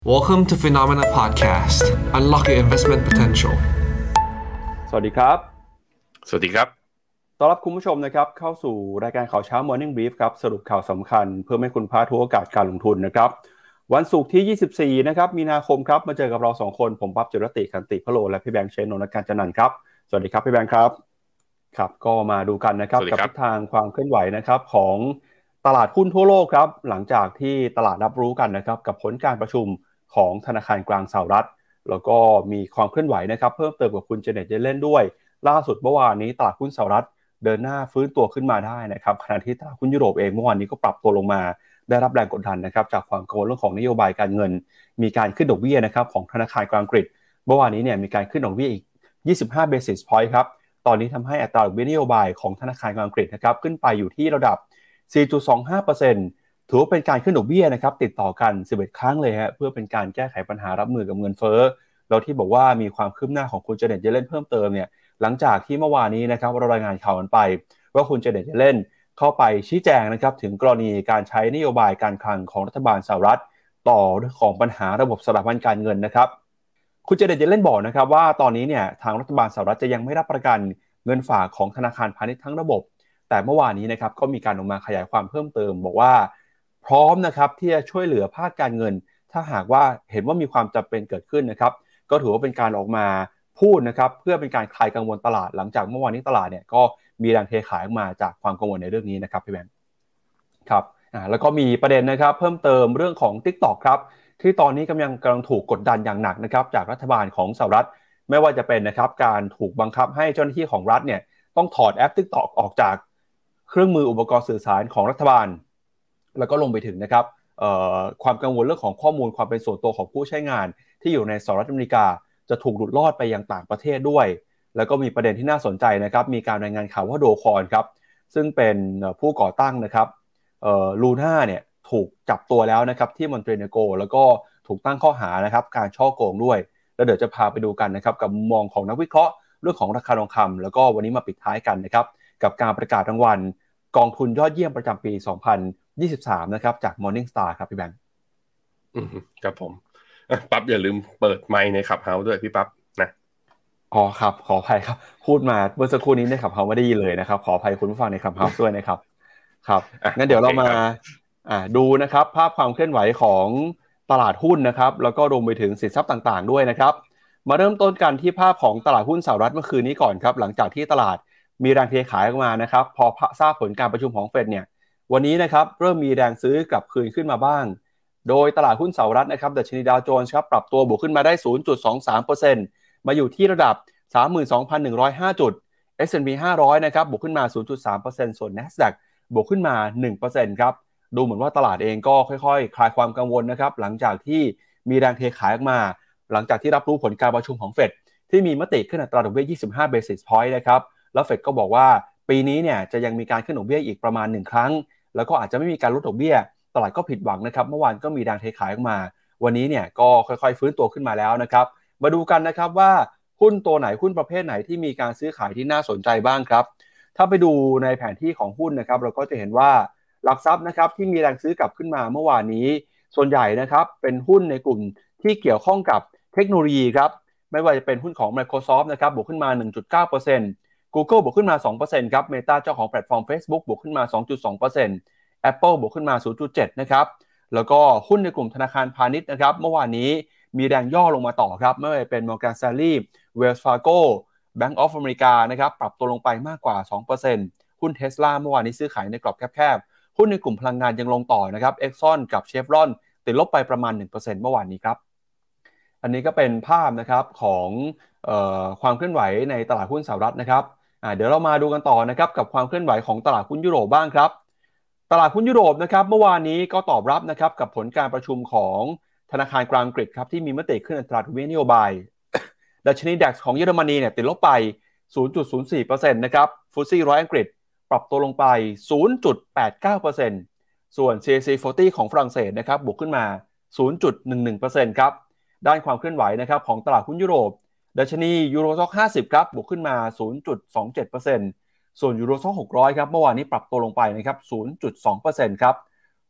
Welcome to Phenomena Podcast. Unlock your investment potential. สวัสดีครับสวัสดีครับต้อนรับคุณผู้ชมนะครับเข้าสู่รายการข่าวเช้า Morning Brief ครับสรุปข่าวสำคัญเพื่อให้คุณพลาดทุกโอกาสการลงทุนนะครับวันศุกร์ที่24นะครับมีนาคมครับมาเจอกับเรา2คนผมปั๊บจิรติขันติพโลและพี่แบงค์เชนนท์การจันนันท์ครับสวัสดีครับพี่แบงค์ครับครับก็มาดูกันนะครับกับทิศทางความเคลื่อนไหวนะครับของตลาดหุ้นทั่วโลกครับหลังจากที่ตลาดรับรู้กันนะครับกับผลการประชุมของธนาคารกลางสหรัฐแล้วก็มีความเคลื่อนไหวนะครับเพิ่มเติมกับคุณเจเน็ตเยเลนด้วยล่าสุดเมื่อวานนี้ตลาดหุ้นสหรัฐเดินหน้าฟื้นตัวขึ้นมาได้นะครับขณะที่ตลาดหุ้นยุโรปเองเมื่อวานนี้ก็ปรับตัวลงมาได้รับแรงกดดันนะครับจากความกังวลเรื่องของนโยบายการเงินมีการขึ้นดอกเบี้ยนะครับของธนาคารกลางอังกฤษเมื่อวานนี้เนี่ยมีการขึ้นดอกเบี้ยอีก25 basis point ครับตอนนี้ทำให้อัตราดอกเบี้ยนโยบายของธนาคารกลางอังกฤษนะครับขึ้นไปอยู่ที่ระดับ 4.25% ถือว่าเป็นการขึ้นดอกเบี้ยนะครับติดต่อกัน11ครั้งเลยฮะเพื่อเป็นการแก้ไขปัญหารับมือกับเงินเฟ้อแล้วที่บอกว่ามีความคืบหน้าของคุณเจเน็ตเยเลนเพิ่มเติมเนี่ยหลังจากที่เมื่อวานนี้นะครับเรารายงานข่าวกันไปว่าคุณเจเน็ตเยเลนเข้าไปชี้แจงนะครับถึงกรณีการใช้นโยบายการคลังของรัฐบาลสหรัฐต่อเรื่องของปัญหาระบบสถาบันการเงินนะครับคุณเจเน็ตเยเลนบอกนะครับว่าตอนนี้เนี่ยทางรัฐบาลสหรัฐจะยังไม่รับประกันเงินฝากของธนาคารพาณิชย์ทั้งระบบแต่เมื่อวานนี้นะครับก็มีการออกมาขยายความเพิ่มเติมบอกว่าพร้อมนะครับที่จะช่วยเหลือภาคการเงินถ้าหากว่าเห็นว่ามีความจำเป็นเกิดขึ้นนะครับก็ถือว่าเป็นการออกมาพูดนะครับเพื่อเป็นการคลายกังวลตลาดหลังจากเมื่อวานนี้ตลาดเนี่ยก็มีแรงเทขายออกมาจากความกังวลในเรื่องนี้นะครับพี่แบงค์ครับแล้วก็มีประเด็นนะครับเพิ่มเติมเรื่องของ TikTok ครับที่ตอนนี้กำลังถูกกดดันอย่างหนักนะครับจากรัฐบาลของสหรัฐไม่ว่าจะเป็นนะครับการถูกบังคับให้เจ้าหน้าที่ของรัฐเนี่ยต้องถอดแอป TikTok ออกจากเครื่องมืออุปกรณ์สื่อสารของรัฐบาลแล้วก็ลงไปถึงนะครับความกังวลเรื่องของข้อมูลความเป็นส่วนตัวของผู้ใช้งานที่อยู่ในสหรัฐอเมริกาจะถูกหลุดรอดไปยังต่างประเทศด้วยแล้วก็มีประเด็นที่น่าสนใจนะครับมีการรายงานข่าวว่าโดคอนครับซึ่งเป็นผู้ก่อตั้งนะครับลูน่าเนี่ยถูกจับตัวแล้วนะครับที่มอนเตเนโกแล้วก็ถูกตั้งข้อหานะครับการฉ้อโกงด้วยแล้วเดี๋ยวจะพาไปดูกันนะครับกับมุมมองของนักวิเคราะห์เรื่องของราคาทองคำแล้วก็วันนี้มาปิดท้ายกันนะครับกับการประกาศรางวัลกองทุนยอดเยี่ยมประจำปี2023นะครับจาก Morningstar ครับพี่แบงค์ครับผมปั๊บอย่าลืมเปิดไมค์ในขับเฮาส์ด้วยพี่ปั๊บนะอ๋อครับขออภัยครับพูดมาเมื่อสักครู่นี้ในขับเฮาส์ไม่ได้ยินเลยนะครับขออภัยคุณผู้ฟังในขับเฮาส์ด้วยนะครับครับงั้นเดี๋ยวเรามาดูนะครับภาพความเคลื่อนไหวของตลาดหุ้นนะครับแล้วก็รวมไปถึงสินทรัพย์ต่างๆด้วยนะครับมาเริ่มต้นกันที่ภาพของตลาดหุ้นสหรัฐเมื่อคืนนี้ก่อนครับหลังจากที่ตลาดมีแรงเทขายออกมานะครับพอทราบผลการประชุมของเฟดเนี่ยวันนี้นะครับเริ่มมีแรงซื้อกลับคืนขึ้นมาบ้างโดยตลาดหุ้นสหรัฐนะครับดัชนีดาวโจนส์ครับปรับตัวบวกขึ้นมาได้ 0.23%มาอยู่ที่ระดับ 32,105 จุด S&P 500นะครับบวกขึ้นมา 0.3% ส่วน NASDAQ บวกขึ้นมา 1% ครับดูเหมือนว่าตลาดเองก็ค่อยๆคลายความกังวลนะครับหลังจากที่มีแรงเทขายออกมาหลังจากที่รับรู้ผลการประชุมของเฟดที่มีมติขึ้นอัตราดอกเบี้ย25 basis point นะครับแล้วเฟดก็บอกว่าปีนี้เนี่ยจะยังมีการขึ้นดอกเบี้ยอีกประมาณ1ครั้งแล้วก็อาจจะไม่มีการลดดอกเบี้ยตลาดก็ผิดหวังนะครับเมื่อวานก็มีแรงเทขายออกมาวันนี้เนี่ยก็ค่อยๆฟื้นตัวขึ้นมาแล้วนะครับมาดูกันนะครับว่าหุ้นตัวไหนหุ้นประเภทไหนที่มีการซื้อขายที่น่าสนใจบ้างครับถ้าไปดูในแผนที่ของหุ้นนะครับเราก็จะเห็นว่าหลักทรัพย์นะครับที่มีแรงซื้อกลับขึ้นมาเมื่อวานนี้ส่วนใหญ่นะครับเป็นหุ้นในกลุ่มที่เกี่ยวข้องกับเทคโนโลยีครับไม่ว่าจะเป็นหุ้นของ Microsoft นะครับบวกขึ้นมา 1.9% Google บวกขึ้นมา 2% ครับ Meta เจ้าของแพลตฟอร์ม Facebook บวกขึ้นมา 2.2% Apple บวกขึ้นมา 0.7 นะครับแล้วก็หุ้นในกลุ่มธนาคารพาณิชย์นะครับเมื่อวานนี้มีแรงย่อลงมาต่อครับไม่ว่าจะเป็น Morgan Stanley Wells Fargo Bank of America นะครับปรับตัวลงไปมากกว่า 2% หุ้น Tesla เมื่อวานนี้ซื้อขายในกรอบแคบๆหุ้นในกลุ่มพลังงานยังลงต่อนะครับ Exxon กับ Chevron ติดลบไปประมาณ 1% เมื่อวานนี้ครับอันนี้ก็เป็นภาพนะครับของความเคลื่อนไหวในตลาดหุ้นสหรัฐนะครับเดี๋ยวเรามาดูกันต่อนะครับกับความเคลื่อนไหวของตลาดหุ้นยุโรปบ้างครับตลาดหุ้นยุโรปนะครับเมื่อวานนี้ก็ตอบรับนะครับกับผลการประชุมของธนาคารกลางอังกฤษครับที่มีมติขึ้นอัตราดอกเบี้ยนโยบายดัชนี DAX ของเยอรมนีเนี่ยติดลบไป 0.04% นะครับฟุตซี่100อังกฤษปรับตัวลงไป 0.89% ส่วน CAC 40 ของฝรั่งเศสนะครับบวกขึ้นมา 0.11% ครับด้านความเคลื่อนไหวนะครับของตลาดหุ้นยุโรปดัชนียูโรซ็อก50ครับบวกขึ้นมา 0.27% ส่วนยูโรซ็อก600ครับเมื่อวานนี้ปรับตัวลงไปนะครับ 0.2% ครับ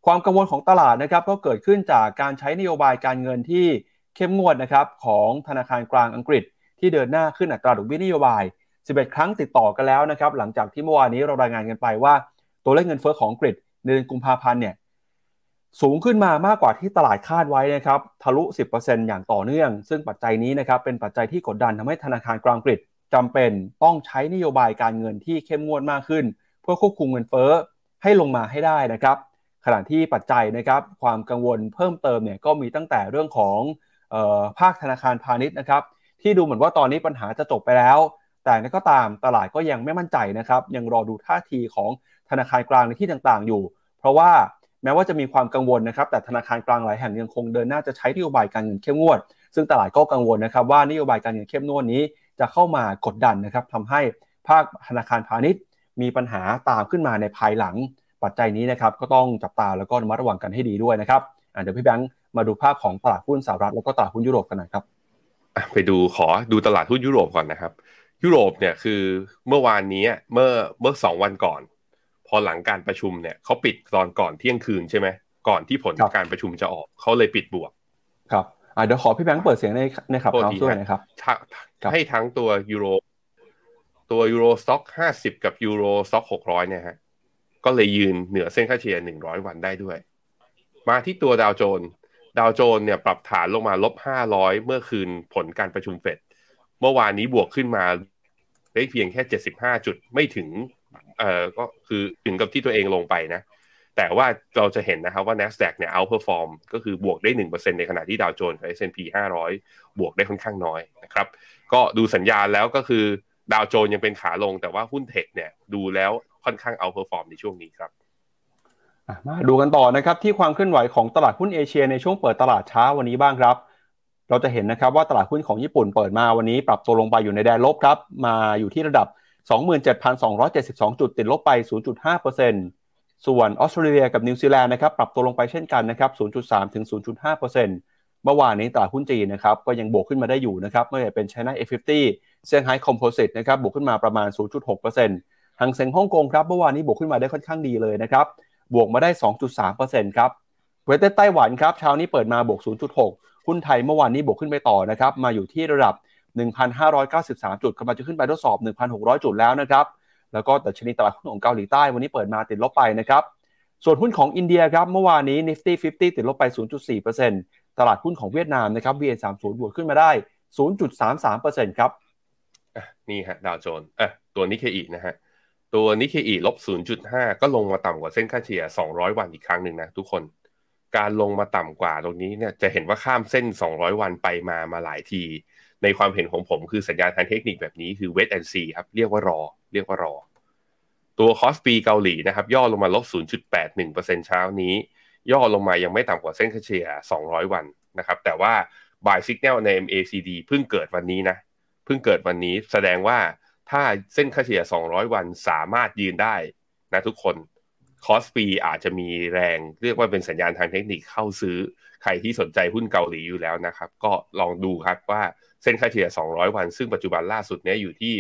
ความกังวลของตลาดนะครับก็เกิดขึ้นจากการใช้นโยบายการเงินที่เข้มงวดนะครับของธนาคารกลางอังกฤษที่เดินหน้าขึ้นอัตราดอกเบี้ยนโยบาย11 ครั้งติดต่อกันแล้วนะครับหลังจากที่เมื่อวานนี้เรารายงานกันไปว่าตัวเลขเงินเฟ้อของอังกฤษในเดือนกุมภาพันธ์เนี่ยสูงขึ้นมามากกว่าที่ตลาดคาดไว้นะครับทะลุ 10% อย่างต่อเนื่องซึ่งปัจจัยนี้นะครับเป็นปัจจัยที่กดดันทำให้ธนาคารกลางอังกฤษจำเป็นต้องใช้นโยบายการเงินที่เข้มงวดมากขึ้นเพื่อควบคุมเงินเฟ้อให้ลงมาให้ได้นะครับขณะที่ปัจจัยนะครับความกังวลเพิ่มเติมเนี่ยก็มีตั้งแต่เรื่องของภาคธนาคารพาณิชย์นะครับที่ดูเหมือนว่าตอนนี้ปัญหาจะจบไปแล้วแต่ก็ตามตลาดก็ยังไม่มั่นใจนะครับยังรอดูท่าทีของธนาคารกลางในที่ต่างๆอยู่เพราะว่าแม้ว่าจะมีความกังวลนะครับแต่ธนาคารกลางหลายแห่งยังคงเดินหน้าจะใช้นโยบายการเงินเข้มงวดซึ่งตลาดก็กังวลนะครับว่านโยบายการเงินเข้มงวดนี้จะเข้ามากดดันนะครับทำให้ภาคธนาคารพาณิชย์มีปัญหาตามขึ้นมาในภายหลังปัจจัยนี้นะครับก็ต้องจับตาแล้วก็ระมัดระวังกันให้ดีด้วยนะครับเดี๋ยวพี่แบงค์มาดูภาพของตลาดหุ้นสหรัฐแล้วก็ตลาดหุ้นยุโรปกันหน่อยครับไปขอดูตลาดหุ้นยุโรปก่อนนะครับยุโรปเนี่ยคือเมื่อวานนี้เมื่อ2 วันก่อนพอหลังการประชุมเนี่ยเขาปิดตอนก่อนเที่ยงคืนใช่ไหมก่อนที่ผลการประชุมจะออกเขาเลยปิดบวกครับเดี๋ยวขอพี่แบงค์เปิดเสียงในขับเฮาส์ด้วยนะครับให้ทั้งตัวยูโรสต็อก50กับยูโรสต็อก600เนี่ยฮะก็เลยยืนเหนือเส้นค่าเฉลี่ย100วันได้ด้วยมาที่ตัวดาวโจนส์เนี่ยปรับฐานลงมา-500เมื่อคืนผลการประชุมเฟดเมื่อวานนี้บวกขึ้นมาได้เพียงแค่75จุดไม่ถึงก็คือถึงกับที่ตัวเองลงไปนะแต่ว่าเราจะเห็นนะครับว่า NASDAQ เนี่ย outperform ก็คือบวกได้ 1% ในขณะที่ดาวโจนส์กับ S&P 500บวกได้ค่อนข้างน้อยนะครับก็ดูสัญญาณแล้วก็คือดาวโจนส์ยังเป็นขาลงแต่ว่าหุ้นเทคเนี่ยดูแล้วค่อนข้าง outperform ในช่วงนี้ครับมาดูกันต่อนะครับที่ความเคลื่อนไหวของตลาดหุ้นเอเชียในช่วงเปิดตลาดเช้าวันนี้บ้างครับเราจะเห็นนะครับว่าตลาดหุ้นของญี่ปุ่นเปิดมาวันนี้ปรับตัวลงไปอยู่ในแดนลบครับมาอยู่ที่ระดับ 27,272 จุดติดลบไป 0.5% ส่วนออสเตรเลียกับนิวซีแลนด์นะครับปรับตัวลงไปเช่นกันนะครับ 0.3 ถึง 0.5% เมื่อวานนี้ตลาดหุ้นจีนนะครับก็ยังบวกขึ้นมาได้อยู่นะครับไม่ว่าเป็น China A50 เซี่ยงไฮ้คอมโพสิตนะครับบวกขึ้นมาประมาณ 0.6% หังเส็งฮ่องกงครับเมื่อวานนี้บวกขึ้นมาได้ค่อนข้างดีเลยนะครับบวกมาได้ 2.3% ครับเวทไต้หวันครับเช้านี้เปิดมาบวก 0.6 หุ้นไทยเมื่อวานนี้บวกขึ้นไปต่อนะครับมาอยู่ที่ระดับ 1,593 จุดกำลังจะขึ้นไปทดสอบ 1,600 จุดแล้วนะครับแล้วก็ดัชนีตลาดหุ้นของเกาหลีใต้วันนี้เปิดมาติดลบไปนะครับส่วนหุ้นของอินเดียครับเมื่อวานนี้ Nifty 50 ติดลบไป 0.4% ตลาดหุ้นของเวียดนามนะครับ VN30 บวกขึ้นมาได้ 0.33% ครับนี่ฮะดาวโจนส์ตัวนิเคอินะฮะตัวนิเคอิลบ 0.5 ก็ลงมาต่ำกว่าเส้นค่าเฉลี่ย200วันอีกครั้งหนึ่งนะทุกคนการลงมาต่ำกว่าตรงนี้เนี่ยจะเห็นว่าข้ามเส้น200วันไปมาหลายทีในความเห็นของผมคือสัญญาณทางเทคนิคแบบนี้คือ wait and see ครับเรียกว่ารอตัวคอสปีเกาหลีนะครับย่อลงมาลบ 0.81% เช้านี้ย่อลงมายังไม่ต่ำกว่าเส้นค่าเฉลี่ย200วันนะครับแต่ว่า buy signal ใน MACD เพิ่งเกิดวันนี้แสดงว่าถ้าเส้นค่าเฉลี่ย200วันสามารถยืนได้นะทุกคนคอสปีอาจจะมีแรงเรียกว่าเป็นสัญญาณทางเทคนิคเข้าซื้อใครที่สนใจหุ้นเกาหลีอยู่แล้วนะครับก็ลองดูครับว่าเส้นค่าเฉลี่ย200วันซึ่งปัจจุบันล่าสุดเนี้ยอยู่ที่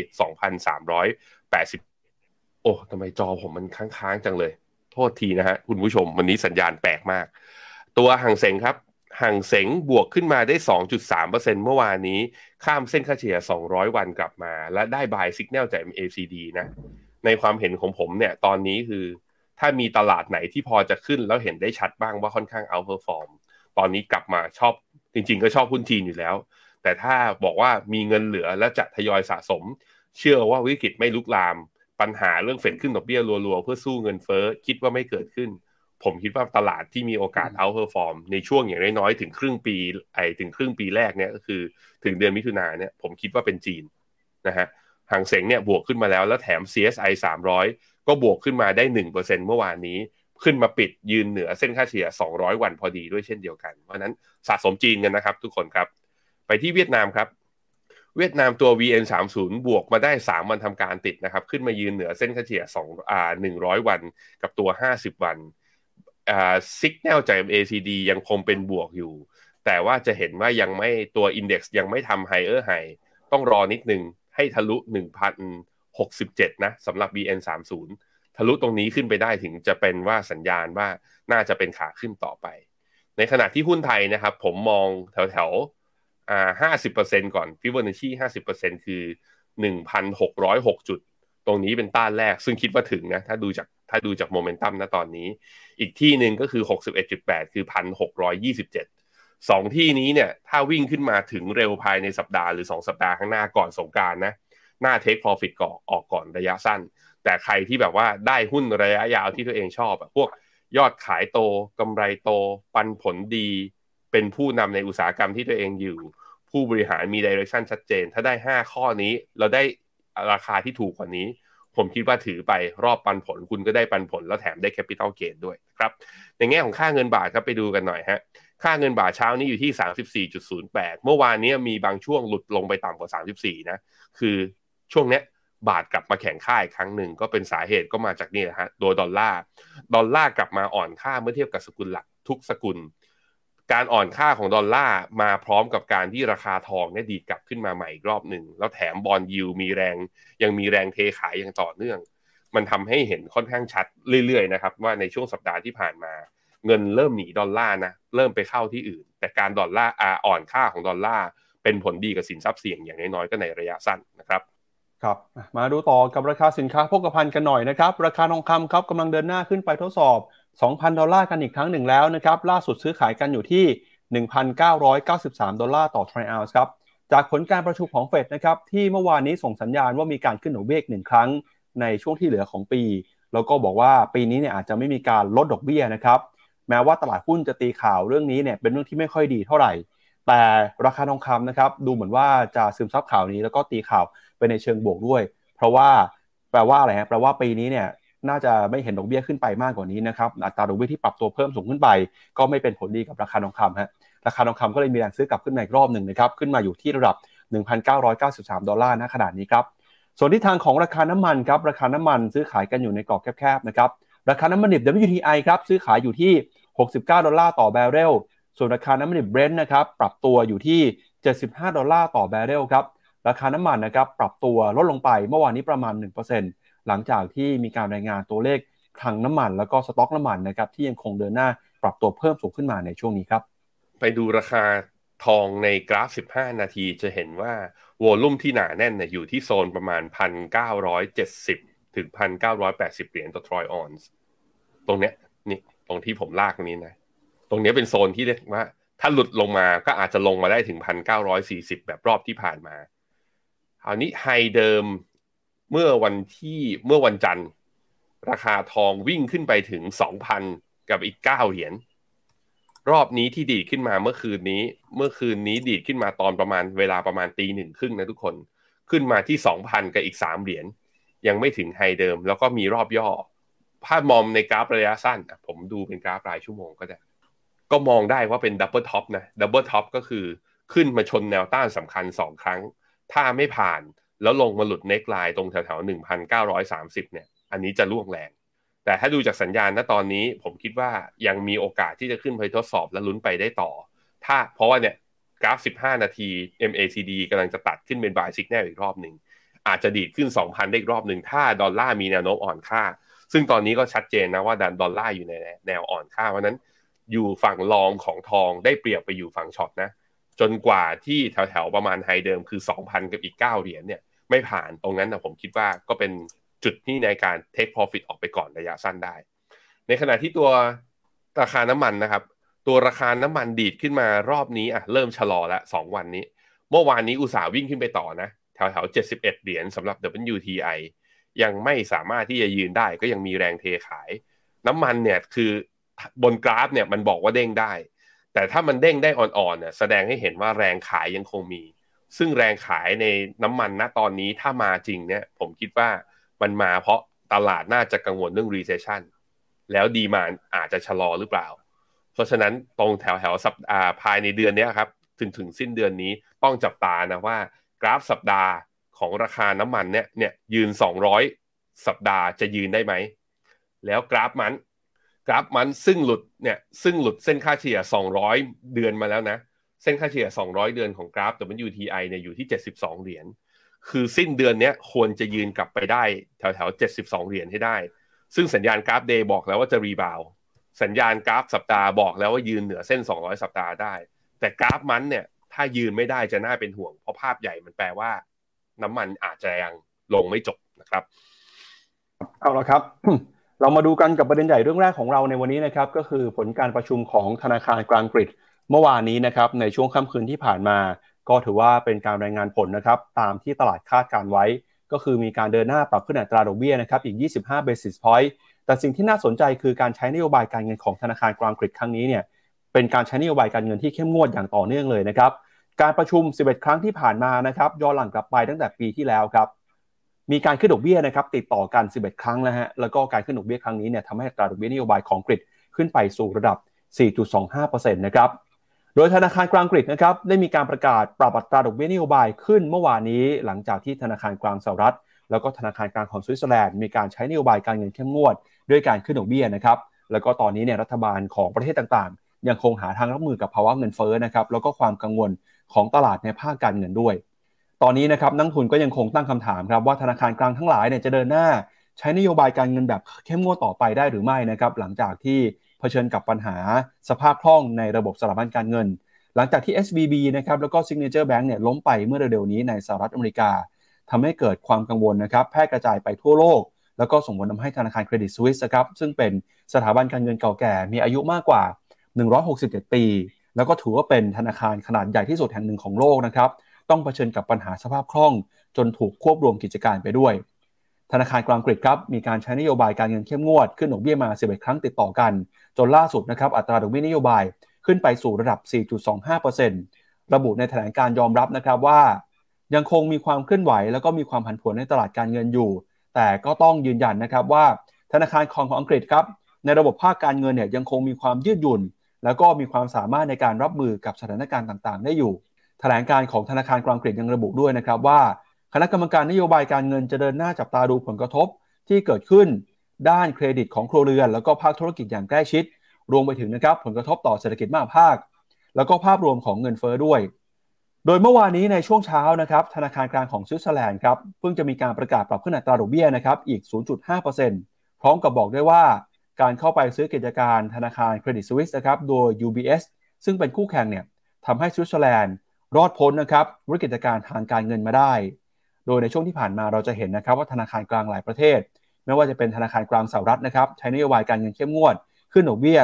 2,380 โอ้ทำไมจอผมมันค้างๆจังเลยโทษทีนะฮะคุณผู้ชมวันนี้สัญญาณแปลกมากตัวหังเส็งครับหังเส็งบวกขึ้นมาได้ 2.3% เมื่อวานนี้ข้ามเส้นค่าเฉลี่ย200วันกลับมาและได้ buy signal จาก MACD นะในความเห็นของผมเนี่ยตอนนี้คือถ้ามีตลาดไหนที่พอจะขึ้นแล้วเห็นได้ชัดบ้างว่าค่อนข้าง outperform ตอนนี้กลับมาชอบจริงๆก็ชอบหุ้นจีนอยู่แล้วแต่ถ้าบอกว่ามีเงินเหลือและจะทยอยสะสมเชื่อว่าวิกฤตไม่ลุกลามปัญหาเรื่องเฟดขึ้นดอกเบี้ยรัวๆเพื่อสู้เงินเฟ้อคิดว่าไม่เกิดขึ้นผมคิดว่าตลาดที่มีโอกาส outperform ในช่วงอย่างน้อยๆถึงครึ่งปีแรกเนี่ยก็คือถึงเดือนมิถุนายนเนี่ยผมคิดว่าเป็นจีนนะฮะหางเส็งเนี่ยบวกขึ้นมาแล้วแถม CSI 300ก็บวกขึ้นมาได้ 1% เมื่อวานนี้ขึ้นมาปิดยืนเหนือเส้นค่าเฉลี่ย200วันพอดีด้วยเช่นเดียวกันเพราะนั้นสะสมจีนกันนะครับทุกคนครับไปที่เวียดนามครับเวียดนามตัว VN30 บวกมาได้3วันทำการติดนะครับขึ้นมายืนเหนือเส้นค่าเฉลี่ย100วันกับตัว50วันsignal จาก MACD ยังคงเป็นบวกอยู่แต่ว่าจะเห็นว่ายังไม่ตัว index ยังไม่ทำ higher high ต้องรอนิดนึงให้ทะลุ 1,067 นะสำหรับ VN30 ทะลุตรงนี้ขึ้นไปได้ถึงจะเป็นว่าสัญญาณว่าน่าจะเป็นขาขึ้นต่อไปในขณะที่หุ้นไทยนะครับผมมองแถว50%ก่อน Fibonacci 50% คือ 1,606 จุดตรงนี้เป็นต้านแรกซึ่งคิดว่าถึงนะถ้าดูจากโมเมนตัมณตอนนี้อีกที่หนึ่งก็คือ 61.8 คือ 1,627 2ที่นี้เนี่ยถ้าวิ่งขึ้นมาถึงเร็วภายในสัปดาห์หรือ2สัปดาห์ข้างหน้าก่อนสงกรานต์นะหน้า take profit ออกก่อนระยะสั้นแต่ใครที่แบบว่าได้หุ้นระยะยาวที่ตัวเองชอบพวกยอดขายโตกำไรโตปันผลดีเป็นผู้นำในอุตสาหกรรมที่ตัวเองอยู่ผู้บริหารมี direction ชัดเจนถ้าได้5ข้อนี้เราได้ราคาที่ถูกกว่านี้ผมคิดว่าถือไปรอบปันผลคุณก็ได้ปันผลแล้วแถมได้ capital gain ด้วยครับในแง่ของค่าเงินบาทครับไปดูกันหน่อยฮะค่าเงินบาทเช้านี้อยู่ที่ 34.08 เมื่อวานนี้มีบางช่วงหลุดลงไปต่ำกว่า34นะคือช่วงเนี้ยบาทกลับมาแข็งค่าอีกครั้งหนึ่งก็เป็นสาเหตุก็มาจากนี่แหละฮะตัวดอลลาร์กลับมาอ่อนค่าเมื่อเทียบกับสกุลหลักทุกสกุลการอ่อนค่าของดอลลาร์มาพร้อมกับการที่ราคาทองเนี่ยดีดกลับขึ้นมาใหม่อีกรอบหนึ่งแล้วแถมบอนด์ยิลด์ยังมีแรงเทขายอย่างต่อเนื่องมันทำให้เห็นค่อนข้างชัดเรื่อยๆนะครับว่าในช่วงสัปดาห์ที่ผ่านมาเงินเริ่มหนีดอลลาร์นะเริ่มไปเข้าที่อื่นแต่การดอลลาร์อ่อนค่าของดอลลาร์เป็นผลดีกับสินทรัพย์เสี่ยงอย่างน้อยๆก็ในระยะสั้นนะครับครับมาดูต่อกับราคาสินค้าโภคภัณฑ์กันหน่อยนะครับราคาทองคำครับกำลังเดินหน้าขึ้นไปทดสอบ 2,000 ดอลลาร์กันอีกครั้งหนึ่งแล้วนะครับล่าสุดซื้อขายกันอยู่ที่ 1,993 ดอลลาร์ต่อทรัลล์ครับจากผลการประชุมของเฟดนะครับที่เมื่อวานนี้ส่งสัญญาณว่ามีการขึ้นดอกเบี้ย1ครั้งในช่วงที่เหลือของปีแล้วก็บอกว่าปีนี้เนี่ยอาจจะไม่มีการลดดอกเบี้ยนะครับแม้ว่าตลาดหุ้นจะตีข่าวเรื่องนี้เนี่ยเป็นเรื่องที่ไม่ค่อยดีเท่าไหร่แต่ราคาทองคำนะครับดูเหมือนว่าจะซึมซับข่าวนี้แล้วก็ตีข่าวไปในเชิงบวกด้วยเพราะว่าแปลว่าอะไรฮะแปลว่าปีนี้เนี่ยน่าจะไม่เห็นดอกเบี้ยขึ้นไปมากกว่านี้นะครับอัตราดอกเบี้ยที่ปรับตัวเพิ่มสูงขึ้นไปก็ไม่เป็นผลดีกับราคาทองคำฮะราคาทองคำก็เลยมีแรงซื้อกลับขึ้นมาอีกรอบหนึ่งนะครับขึ้นมาอยู่ที่ระดับ 1,993 ดอลลาร์ณขณะนี้ครับส่วนที่ทางของราคาน้ำมันครับราคาน้ำมันซื้อขายกันอยู่ในกรอบแคบๆนะครับราคาน้ำมันดิบ WTI ครับซื้อขายอยู่ที่69ดอลลาร์ต่อแบเรลส่วนราคาน้ำมันดิบ Brent นะครับปรับตัวอยู่ที่75ดอลลาร์ต่อแบเรลครับราคาน้ำมันนะครับปรับตัวลดลงไปเมื่อวานนี้ประมาณ 1% หลังจากที่มีการรายงานตัวเลขคลังน้ำมันแล้วก็สต็อกน้ำมันนะครับที่ยังคงเดินหน้าปรับตัวเพิ่มสูงขึ้นมาในช่วงนี้ครับไปดูราคาทองในกราฟ15นาทีจะเห็นว่าวอลุ่มที่หนาแน่นอยู่ที่โซนประมาณ 1,970 ถึง 1,980 เหรียญต่อทรอยออนซ์ตรงเนี้ยนี่ตรงที่ผมลากตรงนี้นะตรงนี้เป็นโซนที่เรียกว่าถ้าหลุดลงมาก็อาจจะลงมาได้ถึง 1,940 แบบรอบที่ผ่านมาคราวนี้ไฮเดิมเมื่อวันจันทร์ราคาทองวิ่งขึ้นไปถึง 2,000 กับอีก9เหรียญรอบนี้ที่ดีดขึ้นมาเมื่อคืนนี้ดีดขึ้นมาตอนเวลาประมาณ 1:30 นะทุกคนขึ้นมาที่ 2,000 กับอีก3เหรียญยังไม่ถึงไฮเดิมแล้วก็มีรอบย่อถ้ามองในกราฟระยะสั้นผมดูเป็นกราฟรายชั่วโมงก็ได้ก็มองได้ว่าเป็นดับเบิลท็อปนะดับเบิลท็อปก็คือขึ้นมาชนแนวต้านสำคัญ2ครั้งถ้าไม่ผ่านแล้วลงมาหลุดเน็กไลน์ตรงแถวๆ 1,930 เนี่ยอันนี้จะล่วงแรงแต่ถ้าดูจากสัญญาณณตอนนี้ผมคิดว่ายังมีโอกาสที่จะขึ้นไปทดสอบและลุ้นไปได้ต่อเพราะว่าเนี่ยกราฟ15นาที MACD กำลังจะตัดขึ้นเป็น buy signal อีกรอบหนึ่งอาจจะดีดขึ้น 2,000 ได้อีกรอบหนึ่งถ้าดอลลาร์มีแนวโน้มอ่อนค่าซึ่งตอนนี้ก็ชัดเจนนะว่าดอลลาร์อยู่ในแนวอ่อนค่าเพราะนั้นอยู่ฝั่งรองของทองได้เปรียบไปอยู่ฝั่งช็อตนะจนกว่าที่แถวๆประมาณไฮเดิมคือ 2,000 กับอีก9เหรียญเนี่ยไม่ผ่านตรงนั้นนะผมคิดว่าก็เป็นจุดที่ในการ take profit ออกไปก่อนระยะสั้นได้ในขณะที่ตัวราคาน้ำมันนะครับตัวราคาน้ำมันดีดขึ้นมารอบนี้เริ่มชะลอแล้ว2วันนี้เมื่อวานนี้อุตสาห์วิ่งขึ้นไปต่อนะแถวๆ71เหรียญสำหรับ WTI ยังไม่สามารถที่จะยืนได้ก็ยังมีแรงเทขายน้ำมันเนี่ยคือบนกราฟเนี่ยมันบอกว่าเด้งได้แต่ถ้ามันเด้งได้อ่อนๆเนี่ยแสดงให้เห็นว่าแรงขายยังคงมีซึ่งแรงขายในน้ำมันณตอนนี้ถ้ามาจริงเนี่ยผมคิดว่ามันมาเพราะตลาดน่าจะกังวลเรื่อง recession แล้วดีมานด์อาจจะชะลอหรือเปล่าเพราะฉะนั้นตรงแถวสัปดาห์ภายในเดือนนี้ครับถึงสิ้นเดือนนี้ต้องจับตานะว่ากราฟสัปดาห์ของราคาน้ำมันเนี่ยยืน200สัปดาห์จะยืนได้ไหมแล้วกราฟมันซึ่งหลุดเส้นค่าเฉลี่ย200เดือนมาแล้วนะเส้นค่าเฉลี่ย200เดือนของกราฟ WTI เนี่ยอยู่ที่72เหรียญคือสิ้นเดือนนี้ควรจะยืนกลับไปได้แถว72เหรียญให้ได้ซึ่งสัญญาณกราฟเดย์บอกแล้วว่าจะรีบาวด์สัญญาณกราฟสัปดาห์บอกแล้วว่ายืนเหนือเส้น200สัปดาห์ได้แต่กราฟมันเนี่ยถ้ายืนไม่ได้จะน่าเป็นห่วงเพราะภาพใหญ่มันแปลว่าน้ำมันอาจจะยังลงไม่จบนะครับเอาละครับ เรามาดูกันกับประเด็นใหญ่เรื่องแรกของเราในวันนี้นะครับก็คือผลการประชุมของธนาคารกลางอังกฤษเมื่อวานนี้นะครับในช่วงค่ำคืนที่ผ่านมาก็ถือว่าเป็นการรายงานผลนะครับตามที่ตลาดคาดการไว้ก็คือมีการเดินหน้าปรับขึ้นอัตราดอกเบี้ยนะครับอีก25 basis point แต่สิ่งที่น่าสนใจคือการใช้นโยบายการเงินของธนาคารกลางอังกฤษครั้งนี้เนี่ยเป็นการใช้นโยบายการเงินที่เข้มงวดอย่างต่อเนื่องเลยนะครับการประชุม11ครั้งที่ผ่านมานะครับย้อนหลังกลับไปตั้งแต่ปีที่แล้วครับมีการขึ้นดอกเบี้ยนะครับติดต่อกัน11ครั้งแล้วฮะแล้วก็การขึ้นดอกเบี้ยครั้งนี้เนี่ยทำให้อัตราดอกเบี้ยนโยบายของอังกฤษขึ้นไปสู่ระดับ 4.25% นะครับโดยธนาคารกลางอังกฤษนะครับได้มีการประกาศปรับอัตราดอกเบี้ยนโยบายขึ้นเมื่อวานนี้หลังจากที่ธนาคารกลางสหรัฐแล้วก็ธนาคารกลางของสวิตเซอร์แลนด์มีการใช้นโยบายการเงินเข้มงวดด้วยการขึ้นดอกเบี้ยนะครับแล้วก็ตอนนี้เนี่ยรัฐบาลของประเทศต่างๆยังคงหาทางรับมือกับภาวะเงินเฟ้อนะครับแล้วก็ความกังวลของตลาดในภาคการเงินด้วยตอนนี้นะครับนักทุนก็ยังคงตั้งคำถามครับว่าธนาคารกลางทั้งหลายเนี่ยจะเดินหน้าใช้นโยบายการเงินแบบเข้มงวดต่อไปได้หรือไม่นะครับหลังจากที่เผชิญกับปัญหาสภาพคล่องในระบบสถาบันการเงินหลังจากที่ SVB นะครับแล้วก็ Signature Bank เนี่ยล้มไปเมื่อเร็วๆนี้ในสหรัฐอเมริกาทำให้เกิดความกังวลนะครับแพร่กระจายไปทั่วโลกแล้วก็ส่งผลทำให้ธนาคารเครดิตสวิสครับซึ่งเป็นสถาบันการเงินเก่าแก่มีอายุมากกว่า167ปีแล้วก็ถือว่าเป็นธนาคารขนาดใหญ่ที่สุดแห่งหนึ่งของโลกนะครับต้องเผชิญกับปัญหาสภาพคล่องจนถูกควบรวมกิจการไปด้วยธนาคารกลางอังกฤษครับมีการใช้นโยบายการเงินเข้มงวดขึ้นดอกเบี้ยมา11ครั้งติดต่อกันจนล่าสุดนะครับอัตราดอกเบี้ยนโยบายขึ้นไปสู่ระดับ 4.25% ระบุในแถลงการยอมรับนะครับว่ายังคงมีความเคลื่อนไหวแล้วก็มีความผันผวนในตลาดการเงินอยู่แต่ก็ต้องยืนยันนะครับว่าธนาคารของอังกฤษครับในระบบภาคการเงินเนี่ยยังคงมีความยืดหยุ่นแล้วก็มีความสามารถในการรับมือกับสถานการณ์ต่างๆได้อยู่แถลงการของธนาคารกลางอังกฤษยังระบุด้วยนะครับว่าคณะกรรมการนโยบายการเงินจะเดินหน้าจับตาดูผลกระทบที่เกิดขึ้นด้านเครดิตของครัวเรือนแล้วก็ภาคธุรกิจอย่างใกล้ชิดรวมไปถึงนะครับผลกระทบต่อเศรษฐกิจมหาภาคแล้วก็ภาพรวมของเงินเฟ้อด้วยโดยเมื่อวานนี้ในช่วงเช้านะครับธนาคารกลางของสวิตเซอร์แลนด์ครับเพิ่งจะมีการประกาศปรับขึ้นอัตราดอกเบี้ยนะครับอีก 0.5% พร้อมกับบอกด้วยว่าการเข้าไปซื้อกิจการธนาคารเครดิตสวิสนะครับโดย UBS ซึ่งเป็นคู่แข่งเนี่ยทำให้สวิตเซอร์แลนด์รอดพ้นนะครับวิกฤตการณ์ทางการเงินมาได้โดยในช่วงที่ผ่านมาเราจะเห็นนะครับว่าธนาคารกลางหลายประเทศไม่ว่าจะเป็นธนาคารกลางสหรัฐนะครับใช้นโยบายการเงินเข้มงวดขึ้นดอกเบี้ย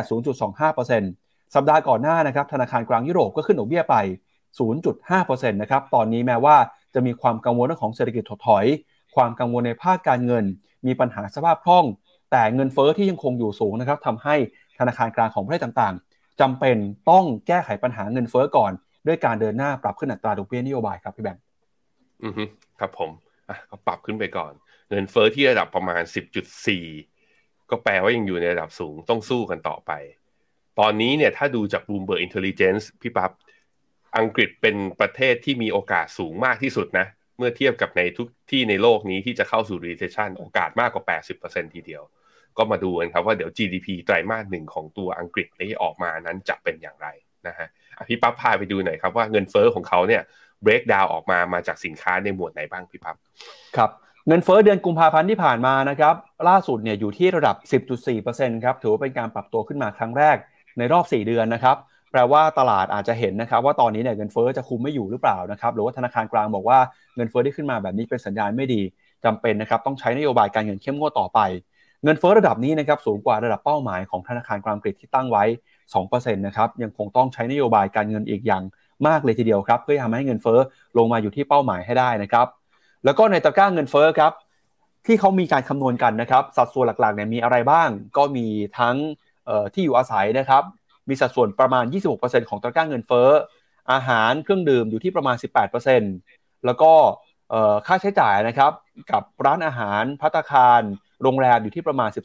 0.25% สัปดาห์ก่อนหน้านะครับธนาคารกลางยุโรปก็ขึ้นดอกเบี้ยไป 0.5% นะครับตอนนี้แม้ว่าจะมีความกังวลเรื่องของเศรษฐกิจถดถอยความกังวลในภาคการเงินมีปัญหาสภาพคล่องแต่เงินเฟ้อที่ยังคงอยู่สูงนะครับทำให้ธนาคารกลางของประเทศต่างๆจำเป็นต้องแก้ไขปัญหาเงินเฟ้อก่อนด้วยการเดินหน้าปรับขึ้นอัตราดอกเบี้ยนโยบายครับพี่แบงค์ครับผมก็ปรับขึ้นไปก่อนเงินเฟ้อที่ระดับประมาณ 10.4 ก็แปลว่ายังอยู่ในระดับสูงต้องสู้กันต่อไปตอนนี้เนี่ยถ้าดูจาก Bloomberg Intelligence พี่ปั๊บอังกฤษเป็นประเทศที่มีโอกาสสูงมากที่สุดนะเมื่อเทียบกับในทุกที่ในโลกนี้ที่จะเข้าสู่ recession โอกาสมากกว่า 80% ทีเดียวก็มาดูกันครับว่าเดี๋ยว GDP ไตรมาส1ของตัวอังกฤษที่ออกมานั้นจะเป็นอย่างไรนะฮะพี่ปั๊บพาไปดูหน่อยครับว่าเงินเฟ้อของเขาเนี่ยbreak down ออกมาจากสินค้าในหมวดไหนบ้างพี่ปั๊บครับเงินเฟ้อเดือนกุมภาพันธ์ที่ผ่านมานะครับล่าสุดเนี่ยอยู่ที่ระดับ 10.4% ครับถือว่าเป็นการปรับตัวขึ้นมาครั้งแรกในรอบ4เดือนนะครับแปลว่าตลาดอาจจะเห็นนะครับว่าตอนนี้เนี่ยเงินเฟ้อจะคุมไม่อยู่หรือเปล่านะครับหรือว่าธนาคารกลางบอกว่าเงินเฟ้อที่ขึ้นมาแบบนี้เป็นสัญญาณไม่ดีจำเป็นนะครับต้องใช้นโยบายการเงินเข้มงวดต่อไปเงินเฟ้อระดับนี้นะครับสูงกว่าระดับเป้าหมายของธนาคารกลางอังกฤษที่ตั้งไว้ 2% นะครับยังคงต้องใช้นโยบายการเงินอีกอย่างมากเลยทีเดียวครับเพื่อทำให้เงินเฟ้อลงมาอยู่ที่เป้าหมายให้ได้นะครับแล้วก็ในตะกร้าเงินเฟ้อครับที่เขามีการคำนวณกันนะครับสัดส่วนหลักๆเนี่ยมีอะไรบ้างก็มีทั้งที่อยู่อาศัยนะครับมีสัดส่วนประมาณ 26% ของตะกร้าเงินเฟ้ออาหารเครื่องดื่มอยู่ที่ประมาณ 18% แล้วก็ค่าใช้จ่ายนะครับกับร้านอาหารภัตตาคารโรงแรมอยู่ที่ประมาณ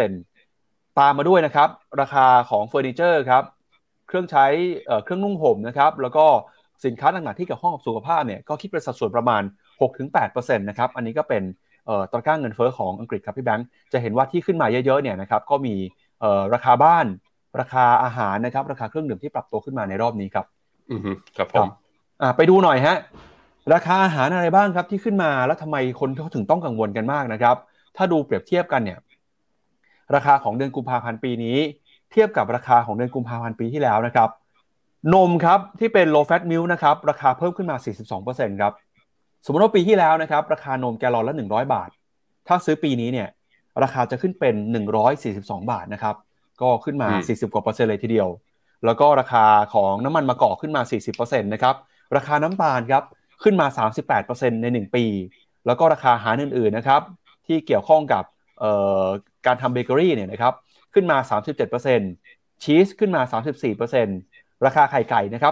12% ตามมาด้วยนะครับราคาของเฟอร์นิเจอร์ครับเครื่องใช้เครื่องนุ่งห่มนะครับแล้วก็สินค้าต่างๆที่เกี่ยวข้องกับสุขภาพเนี่ยก็คิดเป็นสัดส่วนประมาณ 6-8% นะครับอันนี้ก็เป็นตะกร้าเงินเฟ้อของอังกฤษครับพี่แบงค์จะเห็นว่าที่ขึ้นมาเยอะๆเนี่ยนะครับก็มีราคาบ้านราคาอาหารนะครับราคาเครื่องดื่มที่ปรับตัวขึ้นมาในรอบนี้ครับครับผมไปดูหน่อยฮะราคาอาหารอะไรบ้างครับที่ขึ้นมาแล้วทำไมคนเขาถึงต้องกังวลกันมากนะครับถ้าดูเปรียบเทียบกันเนี่ยราคาของเดือนกุมภาพันธ์ปีนี้เทียบกับราคาของเดือนกุมภาพันธ์ปีที่แล้วนะครับนมครับที่เป็น low fat milk นะครับราคาเพิ่มขึ้นมา 42% ครับสมมติว่าปีที่แล้วนะครับราคานมแกลลอนละ100 บาทถ้าซื้อปีนี้เนี่ยราคาจะขึ้นเป็น142 บาทนะครับก็ขึ้นมา40กว่าเปอร์เซ็นต์เลยทีเดียวแล้วก็ราคาของน้ำมันมะกอกขึ้นมา 40% นะครับราคาน้ำตาลครับขึ้นมา 38% ใน1ปีแล้วก็ราคาอาหารอื่นๆนะครับที่เกี่ยวข้องกับการทำเบเกอรี่เนี่ยนะครับขึ้นมา 37% ชีสขึ้นมา 34%ราคาไข่ไก่นะครับ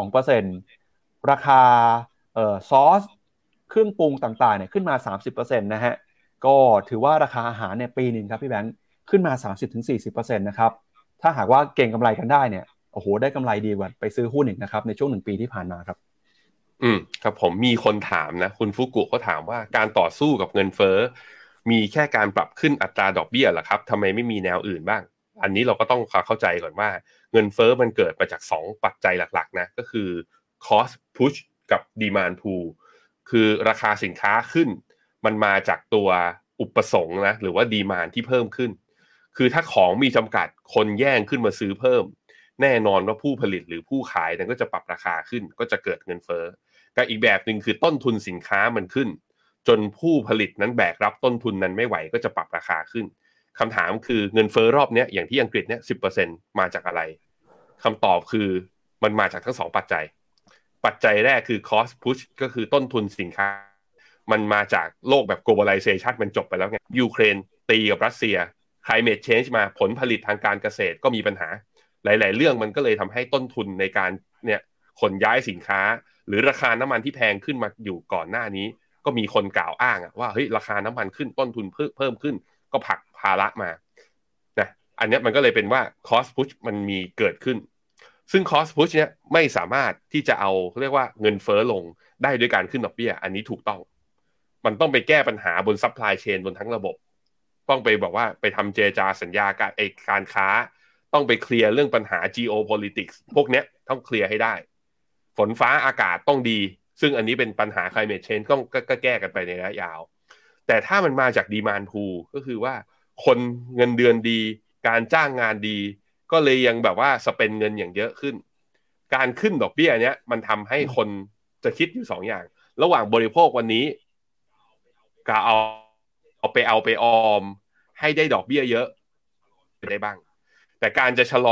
32% ราคาซอสเครื่องปรุงต่างๆเนี่ยขึ้นมา 30% นะฮะก็ถือว่าราคาอาหารเนี่ยปีนึงครับพี่แบงค์ขึ้นมา 30-40% นะครับถ้าหากว่าเก่งกำไรกันได้เนี่ยโอ้โหได้กำไรดีกว่าไปซื้อหุ้นอีกนะครับในช่วง1 ปีที่ผ่านมาครับครับผมมีคนถามนะคุณฟุกุเขาถามว่าการต่อสู้กับเงินเฟ้อมีแค่การปรับขึ้นอัตราดอกเบี้ยเหรอครับทำไมไม่มีแนวอื่นบ้างอันนี้เราก็ต้องเข้าใจก่อนว่าเงินเฟ้อมันเกิดมาจาก2ปัจจัยหลักๆนะก็คือ cost push กับ demand pull คือราคาสินค้าขึ้นมันมาจากตัวอุปสงค์นะหรือว่า demand ที่เพิ่มขึ้นคือถ้าของมีจำกัดคนแย่งขึ้นมาซื้อเพิ่มแน่นอนว่าผู้ผลิตหรือผู้ขายนั้นก็จะปรับราคาขึ้นก็จะเกิดเงินเฟ้อกับอีกแบบหนึ่งคือต้นทุนสินค้ามันขึ้นจนผู้ผลิตนั้นแบกรับต้นทุนนั้นไม่ไหวก็จะปรับราคาขึ้นคำถามคือเงินเฟ้อรอบนี้อย่างที่อังกฤษเนี่ย 10% มาจากอะไรคำตอบคือมันมาจากทั้ง2ปัจจัยแรกคือ cost push ก็คือต้นทุนสินค้ามันมาจากโลกแบบ globalization มันจบไปแล้วไงยูเครนตีกับรัสเซีย climate change มาผลผลิตทางการเกษตรก็มีปัญหาหลายๆเรื่องมันก็เลยทำให้ต้นทุนในการเนี่ยขนย้ายสินค้าหรือราคาน้ำมันที่แพงขึ้นมาอยู่ก่อนหน้านี้ก็มีคนกล่าวอ้างว่าเฮ้ยราคาน้ำมันขึ้นต้นทุนเพิ่มขึ้นก็ผลักภาระมานะอันนี้มันก็เลยเป็นว่า cost push มันมีเกิดขึ้นซึ่ง cost push เนี่ยไม่สามารถที่จะเอาเรียกว่าเงินเฟ้อลงได้ด้วยการขึ้นดอกเบี้ยอันนี้ถูกต้องมันต้องไปแก้ปัญหาบน supply chain บนทั้งระบบต้องไปบอกว่าไปทำเจรจาสัญญาการค้าต้องไปเคลียร์เรื่องปัญหา geopolitics พวกเนี้ยต้องเคลียร์ให้ได้ฝนฟ้าอากาศต้องดีซึ่งอันนี้เป็นปัญหา climate change ก็แก้กันไปในระยะยาวแต่ถ้ามันมาจาก demand pool ก็คือว่าคนเงินเดือนดีการจ้างงานดีก็เลยยังแบบว่าสเปนเงินอย่างเยอะขึ้นการขึ้นดอกเบี้ยเนี้ยมันทำให้คนจะคิดอยู่2อย่างระหว่างบริโภควันนี้ก็เอาไปออมให้ได้ดอกเบี้ยเยอะได้บ้างแต่การจะชะลอ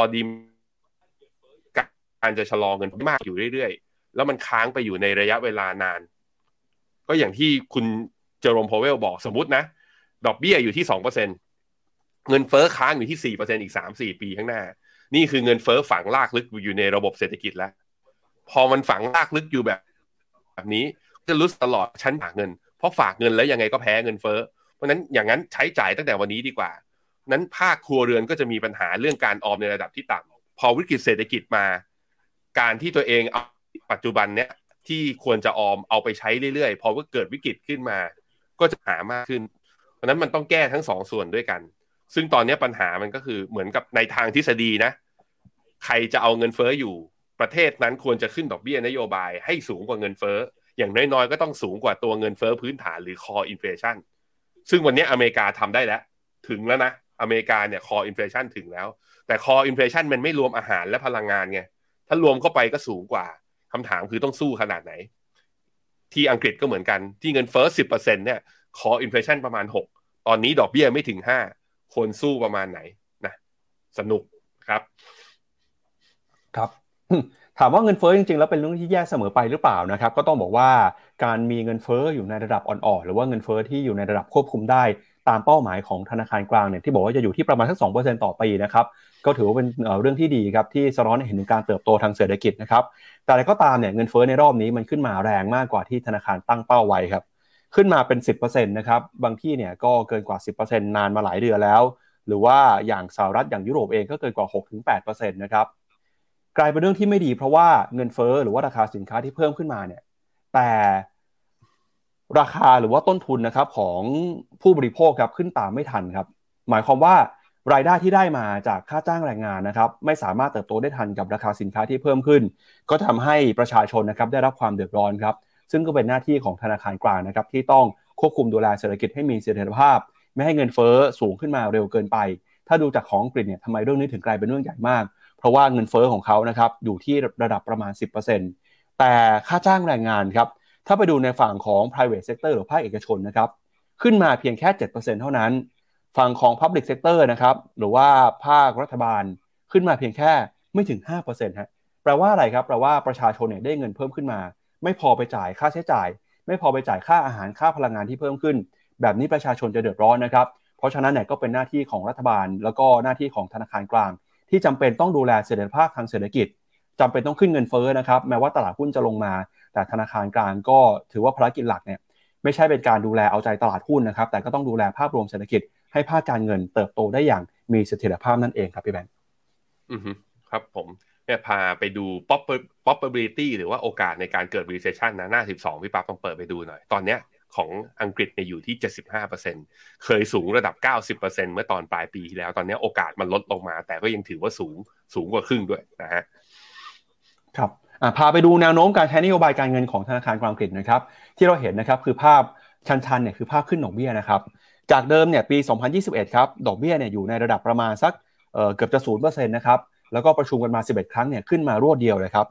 การจะชะลอเงินมากอยู่เรื่อยๆแล้วมันค้างไปอยู่ในระยะเวลานานก็อย่างที่คุณเจอโรม พาวเวลบอกสมมุตินะดอกเบี้ยอยู่ที่ 2%เงินเฟ้อค้างอยู่ที่ 4% อีก 3-4 ปีข้างหน้านี่คือเงินเฟ้อฝังลากลึกอยู่ในระบบเศรษฐกิจแล้วพอมันฝังลากลึกอยู่แบบนี้จะรู้ตลอดชั้นฝากเงินเพราะฝากเงินแล้วยังไงก็แพ้เงินเฟ้อเพราะนั้นอย่างนั้นใช้จ่ายตั้งแต่วันนี้ดีกว่านั้นภาคครัวเรือนก็จะมีปัญหาเรื่องการออมในระดับที่ต่ำพอวิกฤตเศรษฐกิจมาการที่ตัวเองเอาปัจจุบันเนี้ยที่ควรจะออมเอาไปใช้เรื่อยๆพอเกิดวิกฤตขึ้นมาก็จะหามากขึ้นเพราะนั้นมันต้องแก้ทั้ง2ส่วนด้วยกันซึ่งตอนนี้ปัญหามันก็คือเหมือนกับในทางทฤษฎีนะใครจะเอาเงินเฟ้ออยู่ประเทศนั้นควรจะขึ้นดอกเบี้ยนโยบายให้สูงกว่าเงินเฟ้ออย่างน้อยๆก็ต้องสูงกว่าตัวเงินเฟ้อพื้นฐานหรือ core inflation ซึ่งวันนี้อเมริกาทำได้แล้วถึงแล้วนะอเมริกาเนี่ย core inflation ถึงแล้วแต่ core inflation มันไม่รวมอาหารและพลังงานไงถ้ารวมเข้าไปก็สูงกว่าคำถามคือต้องสู้ขนาดไหนที่อังกฤษก็เหมือนกันที่เงินเฟ้อ 10% เนี่ย core inflation ประมาณ6ตอนนี้ดอกเบี้ยไม่ถึง5ควรสู้ประมาณไหนนะสนุกครับครับ ถามว่าเงินเฟ้อจริงๆแล้วเป็นเรื่องที่แย่เสมอไปหรือเปล่านะครับก็ต้องบอกว่าการมีเงินเฟ้ออยู่ในระดับอ่อนๆหรือว่าเงินเฟ้อที่อยู่ในระดับควบคุมได้ตามเป้าหมายของธนาคารกลางเนี่ยที่บอกว่าจะอยู่ที่ประมาณสัก 2% ต่อปีนะครับก็ถือว่าเป็นเรื่องที่ดีครับที่สะท้อนให้เห็นถึงการเติบโตทางเศรษฐกิจนะครับแต่อะไรก็ตามเนี่ยเงินเฟ้อในรอบนี้มันขึ้นมาแรงมากกว่าที่ธนาคารตั้งเป้าไว้ครับขึ้นมาเป็น 10% นะครับบางที่เนี่ยก็เกินกว่า 10% นานมาหลายเดือนแล้วหรือว่าอย่างสหรัฐอย่างยุโรปเองก็เกินกว่า 6-8% นะครับกลายเป็นเรื่องที่ไม่ดีเพราะว่าเงินเฟ้อหรือว่าราคาสินค้าที่เพิ่มขึ้นมาเนี่ยแต่ราคาหรือว่าต้นทุนนะครับของผู้บริโภคครับขึ้นตามไม่ทันครับหมายความว่ารายได้ที่ได้มาจากค่าจ้างแรงงานนะครับไม่สามารถเติบโตได้ทันกับราคาสินค้าที่เพิ่มขึ้นก็ทำให้ประชาชนนะครับได้รับความเดือดร้อนครับซึ่งก็เป็นหน้าที่ของธนาคารกลางนะครับที่ต้องควบคุมดูแลเศรษฐกิจให้มีเสถียรภาพไม่ให้เงินเฟ้อสูงขึ้นมาเร็วเกินไปถ้าดูจากของอังกฤษเนี่ยทำไมเรื่องนี้ถึงกลายเป็นเรื่องใหญ่มากเพราะว่าเงินเฟ้อของเขานะครับอยู่ที่ระดับประมาณ 10% แต่ค่าจ้างแรงงานครับถ้าไปดูในฝั่งของ private sector หรือภาคเอกชนนะครับขึ้นมาเพียงแค่ 7% เท่านั้นฝั่งของ public sector นะครับหรือว่าภาครัฐบาลขึ้นมาเพียงแค่ไม่ถึง 5% ฮะแปลว่าอะไรครับแปลว่าประชาชนเนี่ยได้เงินเพิ่มขึ้นมาไม่พอไปจ่ายค่าใช้จ่ายไม่พอไปจ่ายค่าอาหารค่าพลังงานที่เพิ่มขึ้นแบบนี้ประชาชนจะเดือดร้อนนะครับเพราะฉะนั้นเนี่ยก็เป็นหน้าที่ของรัฐบาลแล้วก็หน้าที่ของธนาคารกลางที่จำเป็นต้องดูแลเสถียรภาพทางเศรษฐกิจจำเป็นต้องขึ้นเงินเฟ้อนะครับแม้ว่าตลาดหุ้นจะลงมาแต่ธนาคารกลางก็ถือว่าภารกิจหลักเนี่ยไม่ใช่เป็นการดูแลเอาใจตลาดหุ้นนะครับแต่ก็ต้องดูแลภาพรวมเศรษฐกิจให้ภาคการเงินเติบโตได้อย่างมีเสถียรภาพนั่นเองครับพี่แบงค์ครับผมเนี่ยพาไปดู probability หรือว่าโอกาสในการเกิด recession นะหน้า12พี่ปั๊บต้องเปิดไปดูหน่อยตอนเนี้ยของอังกฤษเนี่ยอยู่ที่ 75% เคยสูงระดับ 90% เมื่อตอนปลายปีที่แล้วตอนนี้โอกาสมันลดลงมาแต่ก็ยังถือว่าสูงกว่าครึ่งด้วยนะฮะครับพาไปดูแนวโน้มการใช้นโยบายการเงินของธนาคารกลางอังกฤษนะครับที่เราเห็นนะครับคือภาพชันๆเนี่ยคือภาพขึ้นดอกเบี้ยนะครับจากเดิมเนี่ยปี 2021 ครับดอกเบี้ยเนี่ยอยู่ในระดับประมาณสักเกือบจะ 0% นะครับแล้วก็ประชุมกันมา11ครั้งเนี่ยขึ้นมารวดเดียวเลยครับ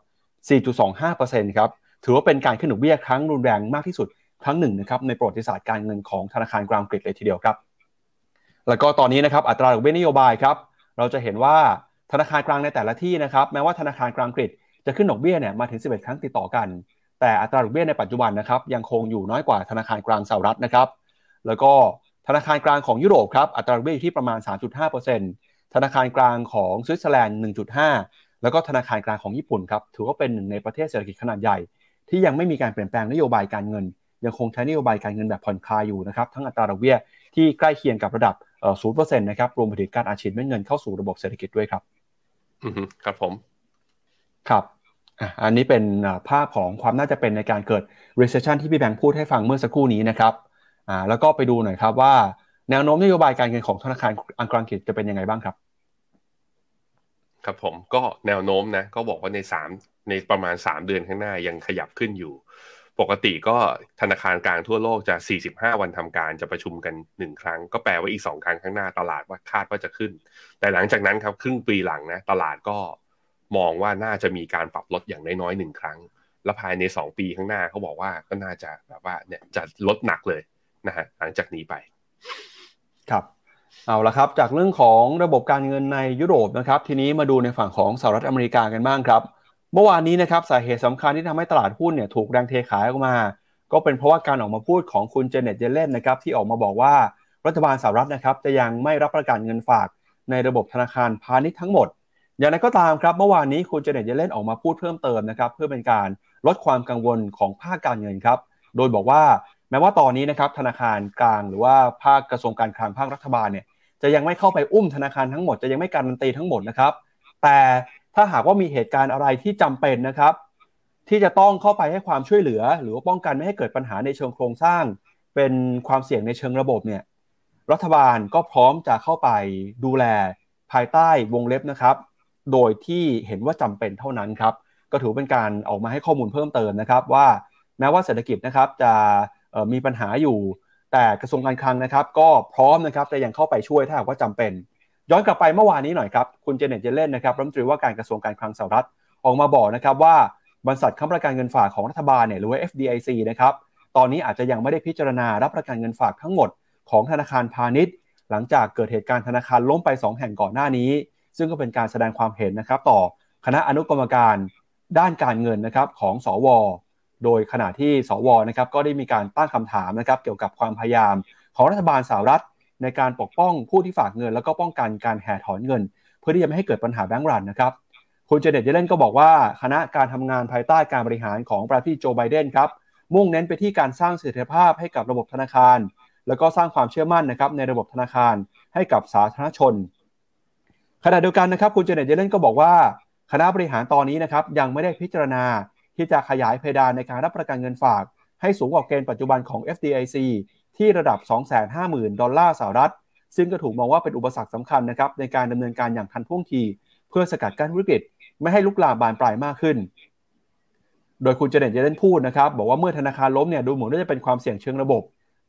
4.25% ครับถือว่าเป็นการขึ้นดอกเบี้ยครั้งรุนแรงมากที่สุดครั้งหนึ่งนะครับในประวัติศาสตร์การเงินของธนาคารกลางอังกฤษเลยทีเดียวครับแล้วก็ตอนนี้นะครับอัตราดอกเบี้ยนโยบายครับเราจะเห็นว่าธนาคารกลางในแต่ละที่นะครับแม้ว่าธนาคารกลางอังกฤษจะขึ้นดอกเบี้ยเนี่ยมาถึง11ครั้งติดต่อกันแต่อัตราดอกเบี้ยในปัจจุบันนะครับยังคงอยู่น้อยกว่าธนาคารกลางสหรัฐนะครับแล้วก็ธนาคารกลางของยุโรปครับอัตราดอกเบี้ยอยู่ที่ประมาณ 3.5% ธนาคารกลางของสวิตเซอร์แลนด์ 1.5 แล้วก็ธนาคารกลางของญี่ปุ่นครับถือว่าเป็นหนึ่งในประเทศเศรษฐกิจขนาดใหญ่ที่ยังไม่มีการเปลี่ยนแปลงนโยบายการเงินยังคงใช้นโยบายการเงินแบบผ่อนคลายอยู่นะครับทั้งอัตราดอกเบี้ยที่ใกล้เคียงกับระดับ0% นะครับรวมไปถึงการอัดฉีดเม็ดเงินเข้าสู่ระบบเศรษฐกิจด้วยครับครับผมครับอันนี้เป็นภาพของความน่าจะเป็นในการเกิด recession ที่พี่แบงค์พูดให้ฟังเมื่อสักครู่นี้นะครับแล้วก็ไปดูหน่อยครับว่าแนวโน้มนโยบายการเงินของธนาคารอังกฤษจะเป็นยังไงบ้างครับครับผมก็แนวโน้มนะก็บอกว่าในประมาณ3เดือนข้างหน้ายังขยับขึ้นอยู่ปกติก็ธนาคารกลางทั่วโลกจะ45วันทำการจะประชุมกัน1ครั้งก็แปลว่าอีก2ครั้งข้างหน้าตลาดว่าคาดว่าจะขึ้นแต่หลังจากนั้นครับครึ่งปีหลังนะตลาดก็มองว่าน่าจะมีการปรับลดอย่างน้อยๆ1ครั้งและภายใน2ปีข้างหน้าเขาบอกว่าก็น่าจะแบบว่าเนี่ยจะลดหนักเลยนะฮะหลังจากนี้ไปครับเอาละครับจากเรื่องของระบบการเงินในยุโรปนะครับทีนี้มาดูในฝั่งของสหรัฐอเมริกากันบ้างครับเมื่อวานนี้นะครับสาเหตุสำคัญที่ทำให้ตลาดหุ้นเนี่ยถูกแรงเทขายออกมาก็เป็นเพราะว่าการออกมาพูดของคุณเจเน็ตเยเลนนะครับที่ออกมาบอกว่ารัฐบาลสหรัฐนะครับจะยังไม่รับประกันเงินฝากในระบบธนาคารพาณิชย์ทั้งหมดอย่างไรก็ตามครับเมื่อวานนี้คุณเจเน็ตเยเลนออกมาพูดเพิ่มเติมนะครับเพื่อเป็นการลดความกังวลของภาคการเงินครับโดยบอกว่าแม้ว่าตอนนี้นะครับธนาคารกลางหรือว่าภาคกระทรวงการคลังภาครัฐบาลเนี่ยจะยังไม่เข้าไปอุ้มธนาคารทั้งหมดจะยังไม่การันตีทั้งหมดนะครับแต่ถ้าหากว่ามีเหตุการณ์อะไรที่จำเป็นนะครับที่จะต้องเข้าไปให้ความช่วยเหลือหรือว่าป้องกันไม่ให้เกิดปัญหาในเชิงโครงสร้างเป็นความเสี่ยงในเชิงระบบเนี่ยรัฐบาลก็พร้อมจะเข้าไปดูแลภายใต้วงเล็บนะครับโดยที่เห็นว่าจำเป็นเท่านั้นครับก็ถือเป็นการออกมาให้ข้อมูลเพิ่มเติมนะครับว่าแม้ว่าเศรษฐกิจนะครับจะมีปัญหาอยู่แต่กระทรวงการคลังนะครับก็พร้อมนะครับจะยังเข้าไปช่วยถ้าหากว่าจำเป็นย้อนกลับไปเมื่อวานนี้หน่อยครับคุณเจเน็ตเยเลนนะครับรัฐมนตรีว่าการกระทรวงการคลังสหรัฐออกมาบอกนะครับว่าบริษัทค้ำประกันเงินฝากของรัฐบาลเนี่ยหรือว่า FDIC นะครับตอนนี้อาจจะยังไม่ได้พิจารณารับประกันเงินฝากทั้งหมดของธนาคารพาณิชย์หลังจากเกิดเหตุการณ์ธนาคารล้มไป2แห่งก่อนหน้านี้ซึ่งก็เป็นการแสดงความเห็นนะครับต่อคณะอนุกรรมการด้านการเงินนะครับของสวโดยขณะที่สวนะครับก็ได้มีการตั้งคำถามนะครับเกี่ยวกับความพยายามของรัฐบาลสหรัฐในการปกป้องผู้ที่ฝากเงินแล้วก็ป้องกันการแห่ถอนเงินเพื่อที่จะไม่ให้เกิดปัญหาแบงก์รันนะครับคุณเจเน็ตเยเลนก็บอกว่าคณะการทำงานภายใต้การบริหารของประธานาธิบดีโจไบเดนครับมุ่งเน้นไปที่การสร้างเสถียรภาพให้กับระบบธนาคารแล้วก็สร้างความเชื่อมั่นนะครับในระบบธนาคารให้กับสาธารณชนขณะเดียวกันนะครับคุณเจเน็ตเยเลนก็บอกว่าคณะบริหารตอนนี้นะครับยังไม่ได้พิจารณาที่จะขยายเพดานในการรับประกันเงินฝากให้สูงกว่าเกณฑ์ปัจจุบันของ FDIC ที่ระดับ 250,000 ดอลลาร์สหรัฐซึ่งก็ถูกมองว่าเป็นอุปสรรคสำคัญนะครับในการดำเนินการอย่างทันท่วงทีเพื่อสกัดกั้นวิกฤตไม่ให้ลุกลามบานปลายมากขึ้นโดยคุณเจเน็ตเยเลนพูดนะครับบอกว่าเมื่อธนาคารล้มเนี่ยดูเหมือนว่าจะเป็นความเสี่ยงเชิงระบบ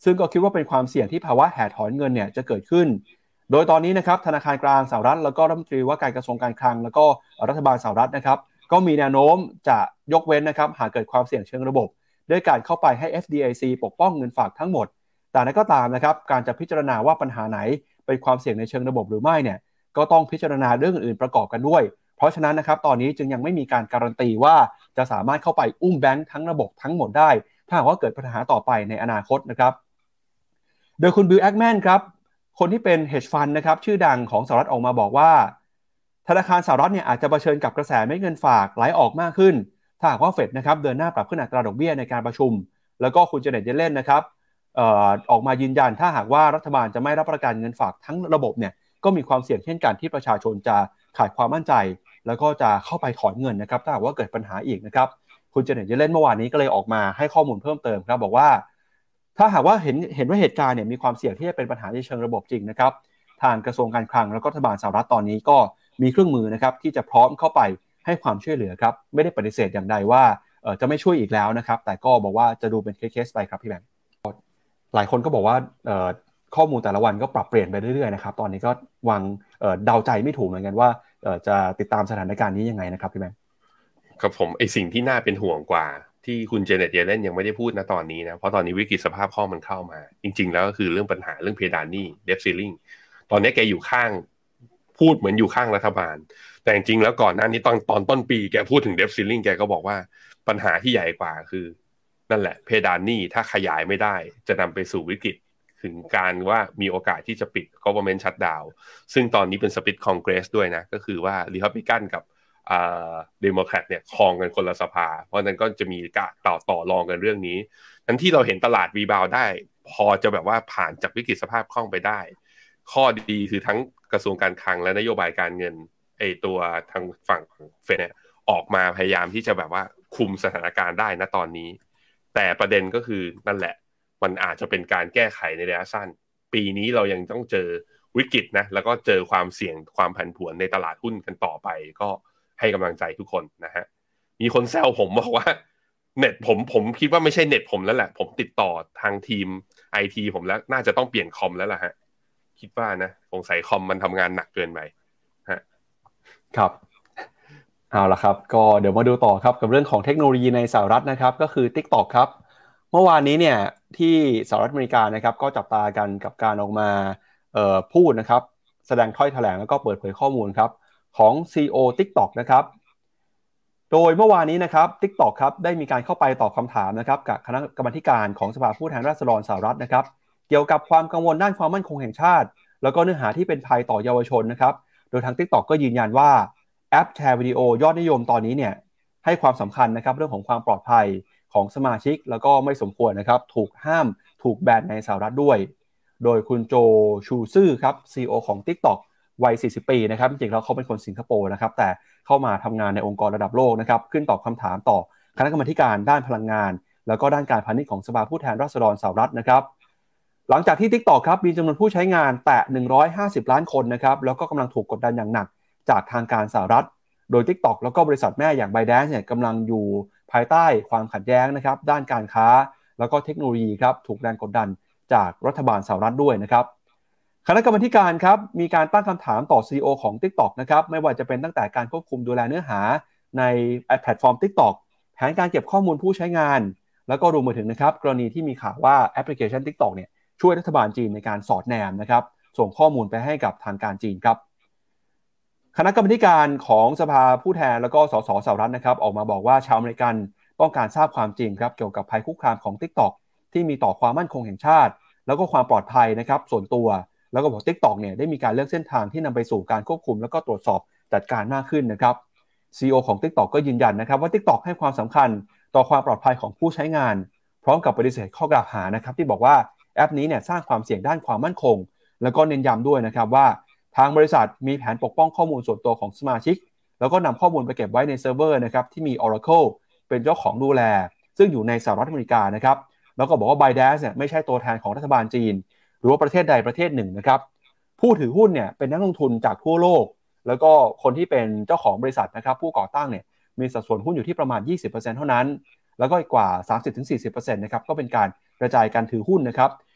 ซึ่งก็คิดว่าเป็นความเสี่ยงที่ภาวะแห่ถอนเงินเนี่ยจะเกิดขึ้นโดยตอนนี้นะครับธนาคารกลางสหรัฐแล้วก็รัฐมนตรีว่าการกระทรวงการคลังแล้วก็รัฐบาลสหรัฐนะครับก็มีแนวโน้มจะยกเว้นนะครับหากเกิดความเสี่ยงเชิงระบบด้วยการเข้าไปให้ FDIC ปกป้องเงินฝากทั้งหมดแต่นั้นก็ตามนะครับการจะพิจารณาว่าปัญหาไหนเป็นความเสี่ยงในเชิงระบบหรือไม่เนี่ยก็ต้องพิจารณาเรื่องอื่นๆประกอบกันด้วยเพราะฉะนั้นนะครับตอนนี้จึงยังไม่มีการการันตีว่าจะสามารถเข้าไปอุ้มแบงค์ทั้งระบบทั้งหมดได้ถ้าหากว่าเกิดปัญหาต่อไปในอนาคตนะครับโดยคุณบิล แอคแมนครับคนที่เป็น hedge fund นะครับชื่อดังของสหรัฐออกมาบอกว่าธนาคารสหรัฐเนี่ยอาจจะเผชิญกับกระแสเม็ดเงินฝากไหลออกมากขึ้นถ้าหากว่าเฟดนะครับเดินหน้าปรับขึ้นอัตราดอกเบี้ยในการประชุมแล้วก็คุณเจเน็ตเยเลนนะครับออกมายืนยันถ้าหากว่ารัฐบาลจะไม่รับประกันเงินฝากทั้งระบบเนี่ยก็มีความเสี่ยงเช่นกันที่ประชาชนจะขาดความมั่นใจแล้วก็จะเข้าไปถอนเงินนะครับถ้าหากว่าเกิดปัญหาอีกนะครับคุณเจเน็ตเยเลนเมื่อวานนี้ก็เลยออกมาให้ข้อมูลเพิ่มเติมครับบอกว่าถ้าหากว่าเห็นว่าเหตุการณ์เนี่ยมีความเสี่ยงที่จะเป็นปัญหาในเชิงระบบจริงนะครับทางกระทรวงการคลังแล้วก็รัฐบาลสหรัฐตอนนี้ก็มีเครื่องมือนะครับที่จะพร้อมเข้าไปให้ความช่วยเหลือครับไม่ได้ปฏิเสธอย่างใดว่าจะไม่ช่วยอีกแล้วนะครับแต่ก็บอกว่าจะดูเป็นเคสไปครับพี่แบงค์หลายคนก็บอกว่าข้อมูลแต่ละวันก็ปรับเปลี่ยนไปเรื่อยๆนะครับตอนนี้ก็วางเดาใจไม่ถูกเหมือนกันว่าจะติดตามสถานการณ์นี้ยังไงนะครับพี่แบงค์ครับผมไอสิ่งที่น่าเป็นห่วงกว่าที่คุณเจเน็ตเยเลนยังไม่ได้พูดนะตอนนี้นะเพราะตอนนี้วิกฤตสภาพคล่องมันเข้ามาจริงๆแล้วก็คือเรื่องปัญหาเรื่องเพดานหนี้ debt ceiling ตอนนี้แกอยู่ข้างพูดเหมือนอยู่ข้างรัฐบาลแต่จริงๆแล้วก่อนหน้านี้ตอนต้นปีแกพูดถึง debt ceiling แกก็บอกว่าปัญหาที่ใหญ่กว่าคือนั่นแหละเพดานหนี้ถ้าขยายไม่ได้จะนำไปสู่วิกฤตถึงการว่ามีโอกาสที่จะปิด government shutdown ซึ่งตอนนี้เป็น split Congress ด้วยนะก็คือว่า Republican กับเดโมแครตเนี่ยครองกันคนละสภาเพราะนั้นก็จะมีการต่อรองกันเรื่องนี้นั้นที่เราเห็นตลาดรีบาวได้พอจะแบบว่าผ่านจากวิกฤตสภาพคล่องไปได้ข้อดีคือทั้งกระทรวงการคลังและนโยบายการเงินไอตัวทางฝั่งเฟดเนี่ยออกมาพยายามที่จะแบบว่าคุมสถานการณ์ได้นะตอนนี้แต่ประเด็นก็คือนั่นแหละมันอาจจะเป็นการแก้ไขในระยะสั้นปีนี้เรายังต้องเจอวิกฤตนะแล้วก็เจอความเสี่ยงความผันผวนในตลาดหุ้นกันต่อไปก็ให้กำลังใจทุกคนนะฮะมีคนแซวผมบอกว่าเน็ตผมคิดว่าไม่ใช่เน็ตผมแล้วแหละผมติดต่อทางทีม IT ผมแล้วน่าจะต้องเปลี่ยนคอมแล้วล่ะฮะคิดว่านะสงสัยคอมมันทำงานหนักเกินไปฮะครับเอาละครับก็เดี๋ยวมาดูต่อครับกับเรื่องของเทคโนโลยีในสหรัฐนะครับก็คือ TikTok ครับเมื่อวานนี้เนี่ยที่สหรัฐอเมริกานะครับก็จับตากันกับการออกมาพูดนะครับแสดงถ้อยแถลงแล้วก็เปิดเผยข้อมูลครับของ CEO TikTok นะครับโดยเมื่อวานนี้นะครับ TikTok ครับได้มีการเข้าไปตอบคำถามนะครับกับคณะกรรมาการของสภาผู้แทนราษฎรสหรัฐนะครับเกี่ยวกับความกังวลด้านความมั่นคงแห่งชาติแล้วก็เนื้อหาที่เป็นภัยต่อเยาวชนนะครับโดยทาง TikTok ก็ยืนยันว่าแอปแชร์วิดีโอยอดนิยมตอนนี้เนี่ยให้ความสำคัญนะครับเรื่องของความปลอดภัยของสมาชิกแล้วก็ไม่สมควรนะครับถูกห้ามถูกแบนในสหรัฐด้วยโดยคุณโจชูซื่อครับ CEO ของ TikTok วัย 40 ปีนะครับจริงๆแล้วเขาเป็นคนสิงคโปร์นะครับแต่เข้ามาทำงานในองค์กรระดับโลกนะครับขึ้นตอบคำถามต่อคณะกรรมาการด้านพลังงานแล้วก็ด้านการพาณิชย์ของสภาผู้แทนราษฎรสหรัฐนะครับหลังจากที่ TikTok ครับมีจำนวนผู้ใช้งานแตะ150ล้านคนนะครับแล้วก็กำลังถูกกดดันอย่างหนักจากทางการสหรัฐโดย TikTok แล้วก็บริษัทแม่อย่าง ByteDance เนี่ยกำลังอยู่ภายใต้ความขัดแย้งนะครับด้านการค้าแล้วก็เทคโนโลยีครับถูกแรงกดดันจากรัฐบาลสหรัฐด้วยนะครับคณะกรรมาการครับมีการตั้งคำถามต่อ CEO ของ TikTok นะครับไม่ว่าจะเป็นตั้งแต่การควบคุมดูแลเนื้อหาในแพลตฟอร์ม TikTok แผนการเก็บข้อมูลผู้ใช้งานแล้วก็รวมไปถึงนะครับกรณีที่มีข่าวว่าแอปพลิเคชัน TikTok เนี่ยช่วยรัฐบาลจีนในการสอดแนมนะครับส่งข้อมูลไปให้กับทางการจีนครับคณะกรรมาการของสภาผู้แทนแล้วก็สสสหรัฐนะครับออกมาบอกว่าชาวอเมริกันต้องการทราบความจริงครับเกี่ยวกับภัยคุกคามของ TikTok ที่มีต่อความมั่นคงแห่งชาติแล้วก็ความปลอดภัยนะครับส่วนตัวแล้วก็บอก TikTok เนี่ยได้มีการเลือกเส้นทางที่นำไปสู่การควบคุมแล้วก็ตรวจสอบจัดการมากขึ้นนะครับ CEO ของ TikTok ก็ยืนยันนะครับว่า TikTok ให้ความสำคัญต่อความปลอดภัยของผู้ใช้งานพร้อมกับปฏิเสธข้อกล่าวหานะครับที่บอกว่าแอปนี้เนี่ยสร้างความเสี่ยงด้านความมั่นคงแล้วก็เน้นย้ำด้วยนะครับว่าทางบริษัทมีแผนปกป้องข้อมูลส่วนตัวของสมาชิกแล้วก็นำข้อมูลไปเก็บไว้ในเซิร์ฟเวอร์นะครับที่มี Oracle เป็นเจ้าของดูแลซึ่งอยู่ในสหรัฐอเมริกานะครับแล้วก็บอกว่า ByteDance เนี่ยไม่ใช่ตัวแทนของรัฐบาลจีนหรือว่าประเทศใดประเทศหนึ่งนะครับผู้ถือหุ้นเนี่ยเป็นนักลงทุนจากทั่วโลกแล้วก็คนที่เป็นเจ้าของบริษัทนะครับผู้ก่อตั้งเนี่ยมีสัดส่วนหุ้นอยู่ที่ประมาณ 20% เท่านั้นแล้วก็อีกกว่า 30-40% นะครับก็เป็นการกระจายการถือหุ้นนะครับ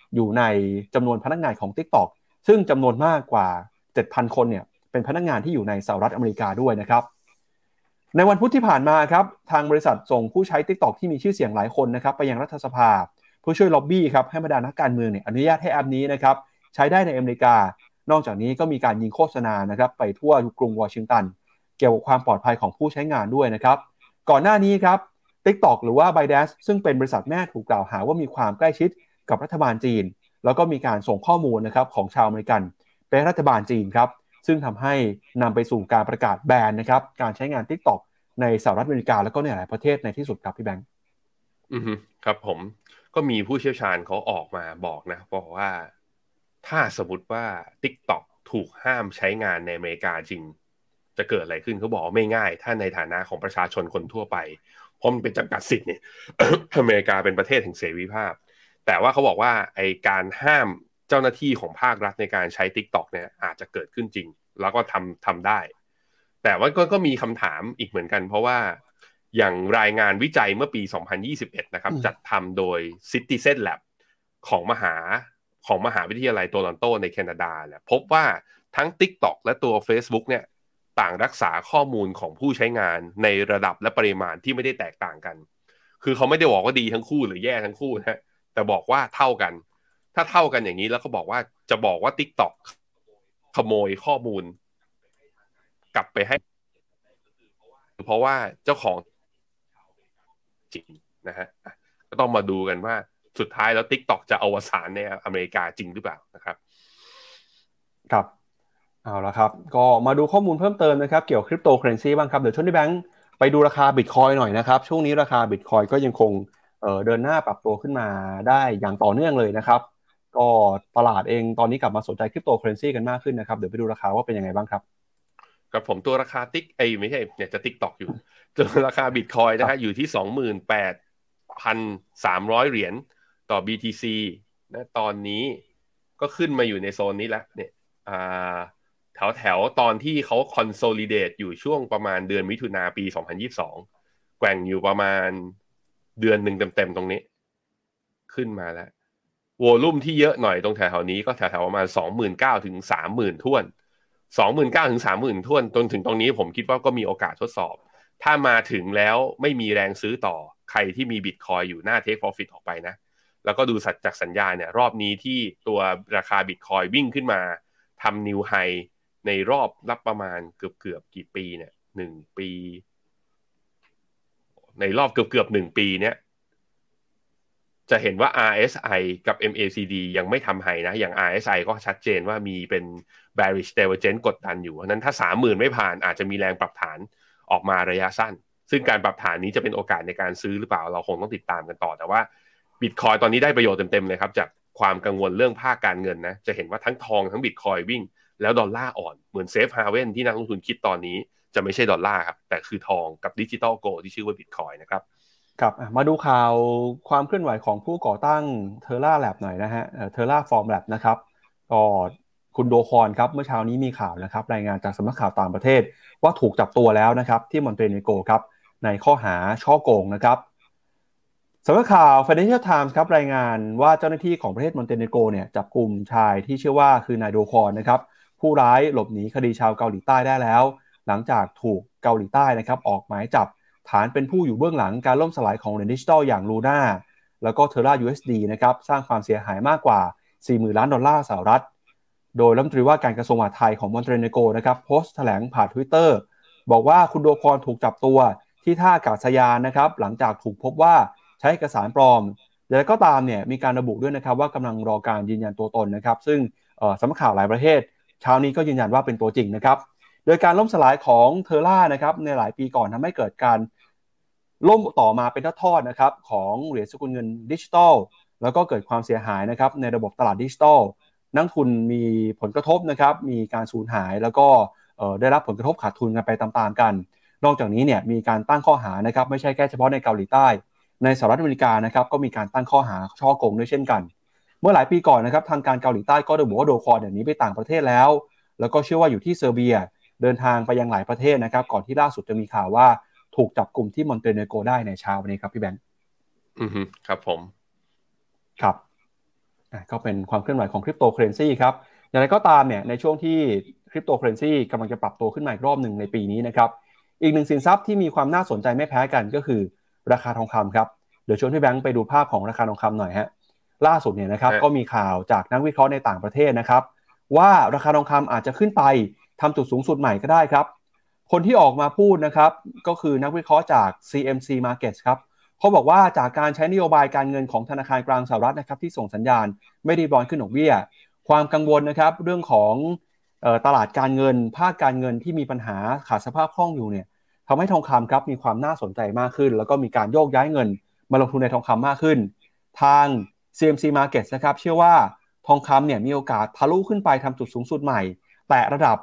อยู่ในจำนวนพนักงานของ TikTok ซึ่งจำนวนมากกว่า 7,000 คนเนี่ยเป็นพนักงานที่อยู่ในสหรัฐอเมริกาด้วยนะครับในวันพุธที่ผ่านมาครับทางบริษัทส่งผู้ใช้ TikTok ที่มีชื่อเสียงหลายคนนะครับไปยังรัฐสภาเพื่อช่วยล็อบบี้ครับให้บรรดานักการเมืองเนี่ยอนุญาตให้แอปนี้นะครับใช้ได้ในอเมริกานอกจากนี้ก็มีการยิงโฆษณานะครับไปทั่วกรุงวอชิงตันเกี่ยวกับความปลอดภัยของผู้ใช้งานด้วยนะครับก่อนหน้านี้ครับ TikTok หรือว่า ByteDance ซึ่งเป็นบริษัทแม่ถูกกล่าวหาว่ามีความใกล้ชิดกับรัฐบาลจีนแล้วก็มีการส่งข้อมูลนะครับของชาวอเมริกันไปรัฐบาลจีนครับซึ่งทำให้นำไปสู่การประกาศแบนนะครับการใช้งาน TikTok ในสหรัฐอเมริกาแล้วก็ในหลายประเทศในที่สุดครับพี่แบงค์ครับผมก็มีผู้เชี่ยวชาญเขาออกมาบอกนะบอกว่าถ้าสมมติว่า TikTok ถูกห้ามใช้งานในอเมริกาจริงจะเกิดอะไรขึ้นเขาบอกไม่ง่ายถ้าในฐานะของประชาชนคนทั่วไปเพราะมันเป็นจำกัดสิทธิ์เนี่ย อเมริกาเป็นประเทศแห่งเสรีภาพแต่ว่าเขาบอกว่าไอการห้ามเจ้าหน้าที่ของภาครัฐในการใช้ TikTok เนี่ยอาจจะเกิดขึ้นจริงแล้วก็ทำได้แต่ว่าก็มีคำถามอีกเหมือนกันเพราะว่าอย่างรายงานวิจัยเมื่อปี 2021 นะครับจัดทำโดย Citizen Lab ของมหาวิทยาลัยโตรอนโตในแคนาดาเนี่ยพบว่าทั้ง TikTok และตัว Facebook เนี่ยต่างรักษาข้อมูลของผู้ใช้งานในระดับและปริมาณที่ไม่ได้แตกต่างกันคือเขาไม่ได้บอกว่าดีทั้งคู่หรือแย่ทั้งคู่นะแต่บอกว่าเท่ากันถ้าเท่ากันอย่างนี้แล้วเขาบอกว่าจะบอกว่า TikTok ขโมยข้อมูลกลับไปให้เพราะว่าเจ้าของจริงนะฮะก็ต้องมาดูกันว่าสุดท้ายแล้ว TikTok จะอวสานในอเมริกาจริงหรือเปล่านะครับครับเอาละครับก็มาดูข้อมูลเพิ่มเติมนะครับเกี่ยวกับคริปโตเคอเรนซีบ้างครับเดี๋ยวช่วงนี้แบงค์ไปดูราคา Bitcoin หน่อยนะครับช่วงนี้ราคา Bitcoin ก็ยังคงเดินหน้าปรับตัวขึ้นมาได้อย่างต่อเนื่องเลยนะครับก็ตลาดเองตอนนี้กลับมาสนใจคริปโตเคอเรนซีกันมากขึ้นนะครับเดี๋ยวไปดูราคาว่าเป็นยังไงบ้างครับกับผมตัวราคาไม่ใช่เนี่ยจะ TikTok อยู่ตัวราคา Bitcoin นะฮะอยู่ที่ 28,300 เหรียญต่อ BTC นะตอนนี้ก็ขึ้นมาอยู่ในโซนนี้แล้วเนี่ยแถวตอนที่เขา consolidate อยู่ช่วงประมาณเดือนมิถุนาปี 2022 แกว่งอยู่ประมาณเดือนหนึ่งเต็มๆตรงนี้ขึ้นมาแล้วโวลุ่มที่เยอะหน่อยตรงแถวๆนี้ก็แถวๆประมาณ 29,000 ถึง 30,000 ถ้วน 29,000 ถึง 30,000 ถ้วนจนถึงตรงนี้ผมคิดว่าก็มีโอกาสทดสอบถ้ามาถึงแล้วไม่มีแรงซื้อต่อใครที่มี Bitcoin อยู่หน้า Take Profit ออกไปนะแล้วก็ดูจากสัญญาเนี่ยรอบนี้ที่ตัวราคา Bitcoin วิ่งขึ้นมาทำ New High ในรอบรับประมาณเกือบกี่ปีเนี่ย1 ปีในรอบเกือบ1 ปีเนี่ยจะเห็นว่า RSI กับ MACD ยังไม่ทำไฮนะอย่าง RSI ก็ชัดเจนว่ามีเป็น bearish divergence กดดันอยู่เพราะนั้นถ้า 30,000 ไม่ผ่านอาจจะมีแรงปรับฐานออกมาระยะสั้นซึ่งการปรับฐานนี้จะเป็นโอกาสในการซื้อหรือเปล่าเราคงต้องติดตามกันต่อแต่ว่า Bitcoin ตอนนี้ได้ประโยชน์เต็มๆเลยครับจากความกังวลเรื่องภาคการเงินนะจะเห็นว่าทั้งทองทั้ง Bitcoin วิ่งแล้วดอลลาร์อ่อนเหมือนเซฟฮาเว่นที่นักลงทุนคิดตอนนี้จะไม่ใช่ดอลลาร์ครับแต่คือทองกับดิจิตอลโกลด์ที่ชื่อว่า Bitcoin นะครับครับมาดูข่าวความเคลื่อนไหวของผู้ก่อตั้ง Terra Lab หน่อยนะฮะTerraform Lab นะครับก็คุณโดคอนครับเมื่อเช้านี้มีข่าวนะครับรายงานจากสำนักข่าวต่างประเทศว่าถูกจับตัวแล้วนะครับที่มอนเตเนโกครับในข้อหาฉ้อโกงนะครับสำนักข่าว Financial Times ครับรายงานว่าเจ้าหน้าที่ของประเทศมอนเตเนโกเนี่ยจับกลุ่มชายที่เชื่อว่าคือนายโดคอนนะครับผู้ร้ายหลบหนีคดีชาวเกาหลีใต้ได้แล้วหลังจากถูกเกาหลีใต้นะครับออกหมายจับฐานเป็นผู้อยู่เบื้องหลังการล่มสลายของเหรียญดิจิทัลอย่าง Luna แล้วก็ Terra USD นะครับสร้างความเสียหายมากกว่า 40,000 ล้านดอลลาร์สหรัฐโดยรัฐมนตรีว่าการกระทรวงมหาดไทยของมอนเตเนโกนะครับโพสต์แถลงผ่าน Twitter บอกว่าคุณโดคอนถูกจับตัวที่ท่าอากาศยานนะครับหลังจากถูกพบว่าใช้เอกสารปลอมแต่ก็ตามเนี่ยมีการระบุด้วยนะครับว่ากำลังรอการยืนยันตัวตนนะครับซึ่งสำนักข่าวหลายประเทศเช้านี้ก็ยืนยันว่าเป็นตัวจริงนะครับโดยการล่มสลายของเทอร่านะครับในหลายปีก่อนทำให้เกิดการล่มต่อมาเป็นทอดๆนะครับของเหรียญสกุลเงินดิจิทัลแล้วก็เกิดความเสียหายนะครับในระบบตลาดดิจิทัลนักทุนมีผลกระทบนะครับมีการสูญหายแล้วก็ได้รับผลกระทบขาดทุนกันไปตามๆกันนอกจากนี้เนี่ยมีการตั้งข้อหานะครับไม่ใช่แค่เฉพาะในเกาหลีใต้ในสหรัฐอเมริกานะครับก็มีการตั้งข้อหาฉ้อโกงด้วยเช่นกันเมื่อหลายปีก่อนนะครับทางการเกาหลีใต้ก็ได้บอกว่าโดคอนหนีไปต่างประเทศแล้วก็เชื่อว่าอยู่ที่เซอร์เบียเดินทางไปยังหลายประเทศนะครับก่อนที่ล่าสุดจะมีข่าวว่าถูกจับกลุ่มที่มอนเตเนโกได้ในเช้าวันนี้ครับพี่แบงค์ครับผมครับก็เป็นความเคลื่อนไหวของคริปโตเคอเรนซีครับอย่างไรก็ตามเนี่ยในช่วงที่คริปโตเคอเรนซีกำลังจะปรับตัวขึ้นมาอีกรอบหนึ่งในปีนี้นะครับอีกหนึ่งสินทรัพย์ที่มีความน่าสนใจไม่แพ้กันก็คือราคาทองคำครับเดี๋ยวชวนพี่แบงค์ไปดูภาพของราคาทองคำหน่อยฮะล่าสุดเนี่ยนะครับก็มีข่าวจากนักวิเคราะห์ในต่างประเทศนะครับว่าราคาทองคำอาจจะขึ้นไปทำจุดสูงสุดใหม่ก็ได้ครับคนที่ออกมาพูดนะครับก็คือนักวิเคราะห์จาก CMC Markets ครับเขาบอกว่าจากการใช้นโยบายการเงินของธนาคารกลางสหรัฐนะครับที่ส่งสัญญาณไม่รีบร้อนขึ้นดอกเบี้ยความกังวลนะครับเรื่องของตลาดการเงินภาคการเงินที่มีปัญหาขาดสภาพคล่องอยู่เนี่ยทำให้ทองคำครับมีความน่าสนใจมากขึ้นแล้วก็มีการโยกย้ายเงินมาลงทุนในทองคำมากขึ้นทาง CMC Markets นะครับเชื่อว่าทองคำเนี่ยมีโอกาสทะลุขึ้นไปทำจุดสูงสุดใหม่แต่ระดับ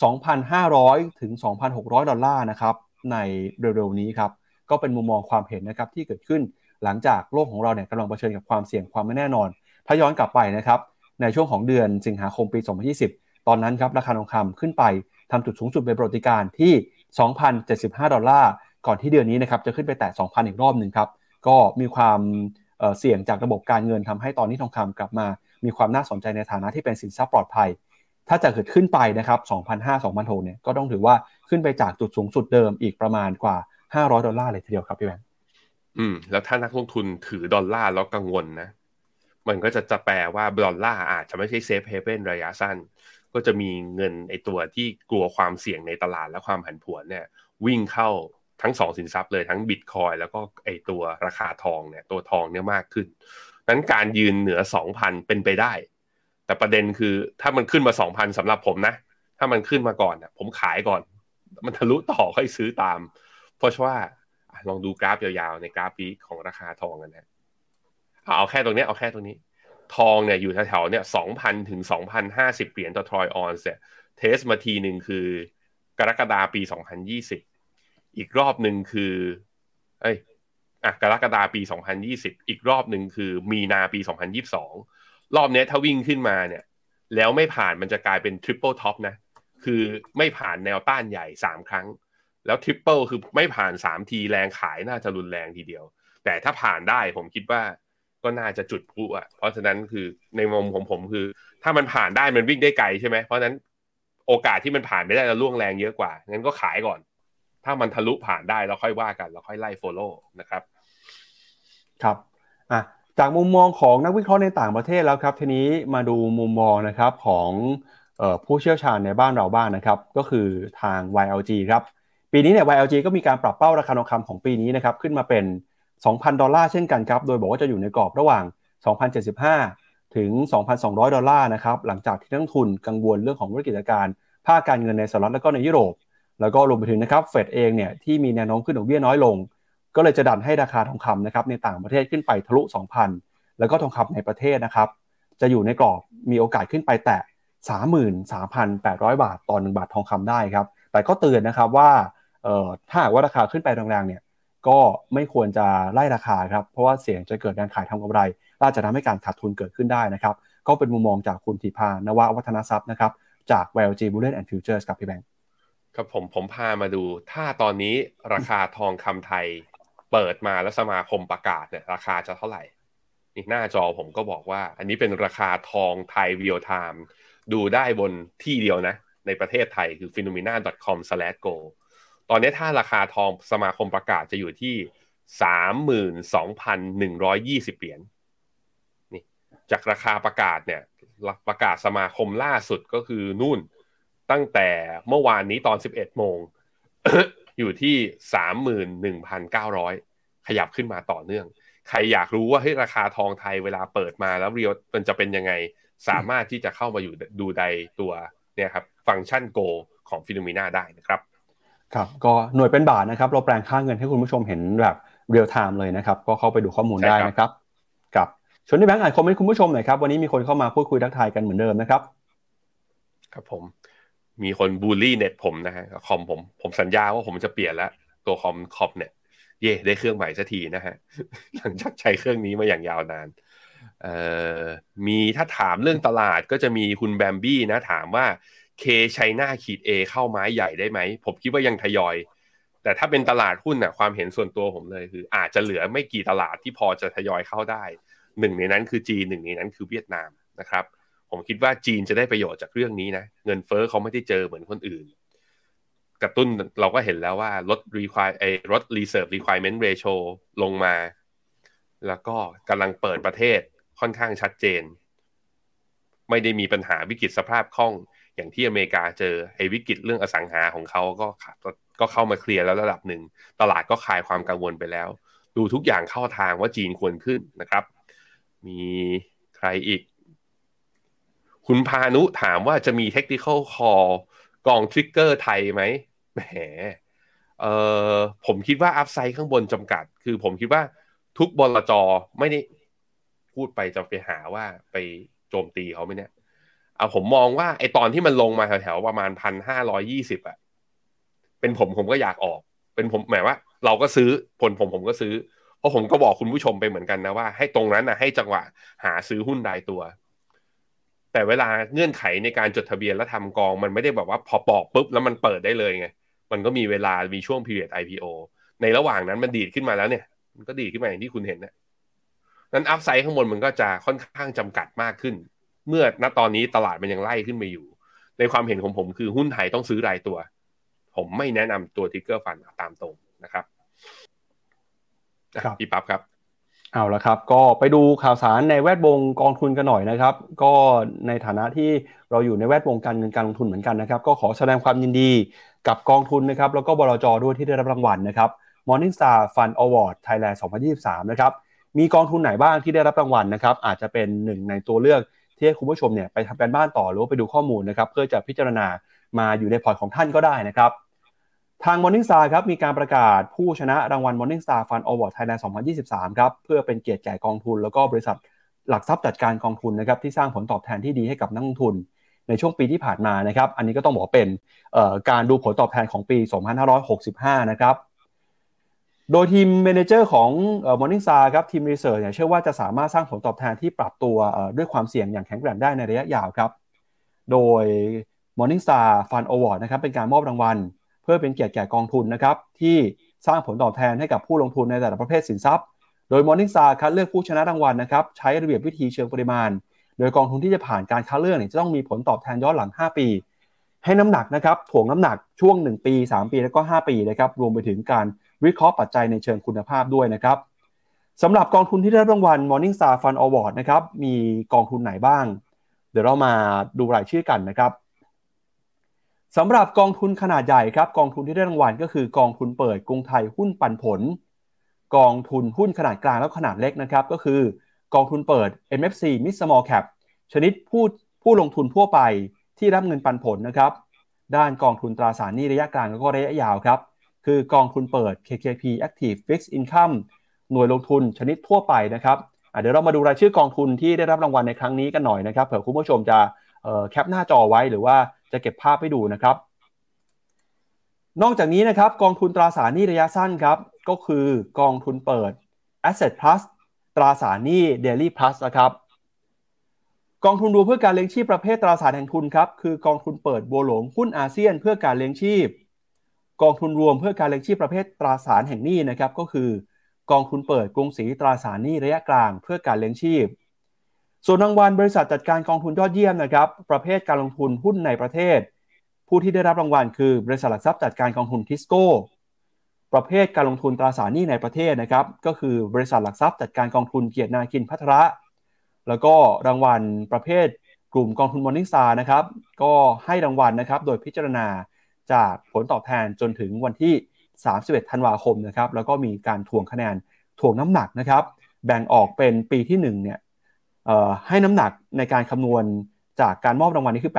2,500 ถึง 2,600 ดอลลาร์นะครับในเร็วๆนี้ครับก็เป็นมุมมองความเห็นนะครับที่เกิดขึ้นหลังจากโลกของเราเนี่ยกำลังเผชิญกับความเสี่ยงความไม่แน่นอนถ้าย้อนกลับไปนะครับในช่วงของเดือนสิงหาคมปี 2020 ตอนนั้นครับราคาทองคำขึ้นไปทำจุดสูงสุดเป็นประวัติการณ์ที่ 2,075 ดอลลาร์ก่อนที่เดือนนี้นะครับจะขึ้นไปแตะ 2,000 อีกรอบหนึ่งครับก็มีความเสี่ยงจากระบบการเงินทำให้ตอนนี้ทองคำกลับมามีความน่าสนใจในฐานะที่เป็นสินทรัพย์ปลอดภัยถ้าจะเกิดขึ้นไปนะครับ 2,500-2,600 เนี่ยก็ต้องถือว่าขึ้นไปจากจุดสูงสุดเดิมอีกประมาณกว่า500 ดอลลาร์เลยทีเดียวครับพี่แบงค์แล้วถ้านักลงทุนถือดอลลาร์แล้วกังวลนะมันก็จะแปลว่าดอลลาร์อาจจะไม่ใช่เซฟเฮเว่นระยะสั้นก็จะมีเงินไอตัวที่กลัวความเสี่ยงในตลาดและความผันผวนเนี่ยวิ่งเข้าทั้งสองสินทรัพย์เลยทั้งบิตคอยแล้วก็ไอตัวราคาทองเนี่ยตัวทองเนี่ยมากขึ้นนั้นการยืนเหนือ 2,000 เป็นไปได้แต่ประเด็นคือถ้ามันขึ้นมา 2,000 สำหรับผมนะถ้ามันขึ้นมาก่อนนะผมขายก่อนมันทะลุต่อค่อยซื้อตามเพราะว่าลองดูกราฟยาวๆในกราฟวีคของราคาทองกันนะเอาแค่ตรงนี้ทองเนี่ยอยู่แถวๆเนี่ย 2,000 ถึง 2,050 เหรียญต่อทรอยออนซ์เนี่ยเทสมาทีหนึ่งคือกรกฎาคมปี 2020อีกรอบหนึ่งคือกรกฎาคมปี 2020อีกรอบหนึ่งคือมีนาปี 2022รอบนี้ถ้าวิ่งขึ้นมาเนี่ยแล้วไม่ผ่านมันจะกลายเป็นทริปเปิลท็อปนะคือไม่ผ่านแนวต้านใหญ่3ครั้งแล้วทริปเปิลคือไม่ผ่าน3ทีแรงขายน่าจะรุนแรงทีเดียวแต่ถ้าผ่านได้ผมคิดว่าก็น่าจะจุดพลุเพราะฉะนั้นคือในมุมของผมคือถ้ามันผ่านได้มันวิ่งได้ไกลใช่ไหมเพราะฉะนั้นโอกาสที่มันผ่านไม่ได้แล้วล่วงแรงเยอะกว่างั้นก็ขายก่อนถ้ามันทะลุผ่านได้แล้วค่อยว่ากันแล้วค่อยไล่ follow นะครับครับจากมุมมองของนักวิเคราะห์ในต่างประเทศแล้วครับทีนี้มาดูมุมมองนะครับของผู้เชี่ยวชาญในบ้านเราบ้างนะครับก็คือทาง YLG ครับปีนี้เนี่ย YLG ก็มีการปรับเป้าราคาทองคำของปีนี้นะครับขึ้นมาเป็น 2,000 ดอลลาร์เช่นกันครับโดยบอกว่าจะอยู่ในกรอบระหว่าง 2,075 ถึง 2,200 ดอลลาร์นะครับหลังจากที่นักลงทุนกังวลเรื่องของวิกฤตการณ์ภาคการเงินในสหรัฐและก็ในยุโรปแล้วก็รวมไปถึงนะครับเฟดเองเนี่ยที่มีแนวโน้มขึ้นดอกเบี้ยน้อยลงก็เลยจะดันให้ราคาทองคำนะครับในต่างประเทศขึ้นไปทะลุ 2,000 แล้วก็ทองคำในประเทศนะครับจะอยู่ในกรอบมีโอกาสขึ้นไปแตะ 33,800 บาทต่อ1บาททองคำได้ครับแต่ก็เตือนนะครับว่าถ้าหากว่าราคาขึ้นไปแรงๆเนี่ยก็ไม่ควรจะไล่ราคาครับเพราะว่าเสี่ยงจะเกิดการขายทำกำไรอาจจะทำให้การขาดทุนเกิดขึ้นได้นะครับก็เป็นมุมมองจากคุณธิพานววัฒนทรัพย์นะครับจาก YLG Bullion and Futures ครับพี่แบงค์ครับผมพามาดูถ้าตอนนี้ราคาทองคำไทยเปิดมาแล้วสมาคมประกาศเนี่ยราคาจะเท่าไหร่นี่หน้าจอผมก็บอกว่าอันนี้เป็นราคาทองไทย real time ดูได้บนที่เดียวนะในประเทศไทยคือ phenomena.com/go ตอนนี้ถ้าราคาทองสมาคมประกาศจะอยู่ที่ 32,120 เหรียญนี่จากราคาประกาศเนี่ยประกาศสมาคมล่าสุดก็คือนู่นตั้งแต่เมื่อวานนี้ตอน 11 โมง อยู่ที่ 31,900 ขยับขึ้นมาต่อเนื่องใครอยากรู้ว่าเฮ้ยราคาทองไทยเวลาเปิดมาแล้วเรียวมันจะเป็นยังไงสามารถที่จะเข้ามาอยู่ดูในตัวเนี่ยครับฟังก์ชัน Go ของ Phenomena ได้นะครับครับก็หน่วยเป็นบาทนะครับเราแปลงค่าเงินให้คุณผู้ชมเห็นแบบเรียลไทม์เลยนะครับก็เข้าไปดูข้อมูลได้นะครับกับชวนที่แบงค์อ่านคอมเมนต์คุณผู้ชมหน่อยครับวันนี้มีคนเข้ามาพูดคุยทักทายกันเหมือนเดิมนะครับครับผมมีคนบูลลี่เน็ตผมนะฮะคอมผมสัญญาว่าผมจะเปลี่ยนแล้วตัวคอมเนี่ยได้เครื่องใหม่สักทีนะฮะหลังจากใช้เครื่องนี้มาอย่างยาวนานมีถ้าถามเรื่องตลาดก็จะมีคุณแบมบี้นะถามว่าK China A เข้าไม้ใหญ่ได้ไหมผมคิดว่ายังทยอยแต่ถ้าเป็นตลาดหุ้นน่ะความเห็นส่วนตัวผมเลยคืออาจจะเหลือไม่กี่ตลาดที่พอจะทยอยเข้าได้หนึ่งในนั้นคือจีนหนึ่งในนั้นคือเวียดนามนะครับผมคิดว่าจีนจะได้ประโยชน์จากเรื่องนี้นะเงินเฟ้อเขาไม่ได้เจอเหมือนคนอื่นกระตุ้นเราก็เห็นแล้วว่าลด reserve requirement ratio ลงมาแล้วก็กำลังเปิดประเทศค่อนข้างชัดเจนไม่ได้มีปัญหาวิกฤตสภาพคล่องอย่างที่อเมริกาเจอไอ้วิกฤตเรื่องอสังหาของเขาก็เข้ามาเคลียร์แล้วระดับหนึ่งตลาดก็คลายความกังวลไปแล้วดูทุกอย่างเข้าทางว่าจีนควรขึ้นนะครับมีใครอีกคุณพานุถามว่าจะมี technical call กองทริกเกอร์ไทยไหมแหมผมคิดว่าอัพไซด์ข้างบนจำกัดคือผมคิดว่าทุกบลจ.ไม่ได้พูดไปจะไปหาว่าไปโจมตีเขาไหมเนี่ยผมมองว่าไอตอนที่มันลงมาแถวๆประมาณ 1,520 อ่ะเป็นผมก็อยากออกเป็นผมหมายว่าเราก็ซื้อผมก็ซื้อเพราะผมก็บอกคุณผู้ชมไปเหมือนกันนะว่าให้ตรงนั้นนะให้จังหวะหาซื้อหุ้นรายตัวแต่เวลาเงื่อนไขในการจดทะเบียนและทำกองมันไม่ได้แบบว่าพอบอกปุ๊บแล้วมันเปิดได้เลยไงมันก็มีเวลามีช่วง period IPO ในระหว่างนั้นมันดีดขึ้นมาแล้วเนี่ยมันก็ดีดขึ้นมาอย่างที่คุณเห็นนะนั้นอัพไซด์ข้างบนมันก็จะค่อนข้างจำกัดมากขึ้นเมื่อณตอนนี้ตลาดมันยังไล่ขึ้นมาอยู่ในความเห็นของผมคือหุ้นไทยต้องซื้อรายตัวผมไม่แนะนำตัวทิกเกอร์ฟันตามตรงนะครับพี่ปั๊บครับเอาละครับก็ไปดูข่าวสารในแวดวงกองทุนกันหน่อยนะครับก็ในฐานะที่เราอยู่ในแวดวงการเงินการลงทุนเหมือนกันนะครับก็ขอแสดงความยินดีกับกองทุนนะครับแล้วก็บลจ.ด้วยที่ได้รับรางวัลนะครับ Morningstar Fund Award Thailand 2023นะครับมีกองทุนไหนบ้างที่ได้รับรางวัลนะครับอาจจะเป็นหนึ่งในตัวเลือกที่ให้คุณผู้ชมเนี่ยไปทำการบ้านต่อหรือว่าไปดูข้อมูลนะครับเพื่อจะพิจารณามาอยู่ในพอร์ตของท่านก็ได้นะครับทาง Morningstar ครับมีการประกาศผู้ชนะรางวัล Morningstar Fund Award Thailand 2023ครับเพื่อเป็นเกียรติแก่กองทุนแล้วก็บริษัทหลักทรัพย์จัดการกองทุนนะครับที่สร้างผลตอบแทนที่ดีให้กับนักลงทุนในช่วงปีที่ผ่านมานะครับอันนี้ก็ต้องบอกเป็นการดูผลตอบแทนของปี 2565 นะครับโดยทีมเมเนเจอร์ของMorningstar ครับทีมรีเสิร์ชเนี่ยเชื่อว่าจะสามารถสร้างผลตอบแทนที่ปรับตัวด้วยความเสี่ยงอย่างแข็งแกร่งได้ในระยะยาวครับโดย Morningstar Fund Award นะครับเป็นการมอบรางวัลเพื่อเป็นเกียรติแก่กองทุนนะครับที่สร้างผลตอบแทนให้กับผู้ลงทุนในแต่ละประเภทสินทรัพย์โดย Morningstar คัดเลือกผู้ชนะรางวัลนะครับใช้ระเบียบวิธีเชิงปริมาณโดยกองทุนที่จะผ่านการคัดเลือกจะต้องมีผลตอบแทนย้อนหลัง5ปีให้น้ำหนักนะครับถ่วงน้ำหนักช่วง1ปี3ปีแล้วก็5ปีนะครับรวมไปถึงการวิเคราะห์ปัจจัยในเชิงคุณภาพด้วยนะครับสำหรับกองทุนที่ได้รับรางวัล Morningstar Fund Award นะครับมีกองทุนไหนบ้างเดี๋ยวเรามาดูรายชื่อกันนะครับสำหรับกองทุนขนาดใหญ่ครับกองทุนที่ได้รางวัลก็คือกองทุนเปิดกรุงไทยหุ้นปันผลกองทุนหุ้นขนาดกลางและขนาดเล็กนะครับก็คือกองทุนเปิด MFC Mid Small Cap ชนิดผู้ลงทุนทั่วไปที่รับเงินปันผลนะครับด้านกองทุนตราสารหนี้ระยะกลางแล้วก็ระยะยาวครับคือกองทุนเปิด KKP Active Fixed Income หน่วยลงทุนชนิดทั่วไปนะครับเดี๋ยวเรามาดูรายชื่อกองทุนที่ได้รับรางวัลในครั้งนี้กันหน่อยนะครับเผื่อคุณผู้ชมจะแคปหน้าจอไว้หรือว่าจะเก็บภาพให้ดูนะครับนอกจากนี้นะครับกองทุนตราสารหนี้ระยะสั้นครับก็คือกองทุนเปิด Asset Plus ตราสารหนี้ Daily Plus นะครับกองทุนรวมเพื่อการเลี้ยงชีพประเภทตราสารแห่งทุนครับคือกองทุนเปิดบัวหลวงหุ้นอาเซียนเพื่อการเลี้ยงชีพกองทุนรวมเพื่อการเลี้ยงชีพประเภทตราสารแห่งหนี้นะครับก็คือกองทุนเปิดกรุงศรีตราสารหนี้ระยะกลางเพื่อการเลี้ยงชีพส่วนรางวัลบริษัทจัดการกองทุนยอดเยี่ยมนะครับประเภทการลงทุนหุ้นในประเทศผู้ที่ได้รับรางวัลคือบริษัทหลักทรัพย์จัดการกองทุนทิสโก้ประเภทการลงทุนตราสารหนี้ในประเทศนะครับก็คือบริษัทหลักทรัพย์จัดการกองทุนเกียรตินาคินภัทระแล้วก็รางวัลประเภทกลุ่มกองทุน Morningstar นะครับก็ให้รางวัลนะครับโดยพิจารณาจากผลตอบแทนจนถึงวันที่31ธันวาคมนะครับแล้วก็มีการถ่วงคะแนนถ่วงน้ำหนักนะครับแบ่งออกเป็นปีที่1เนี่ยให้น้ำหนักในการคำนวณจากการมอบรางวัลนี้คือ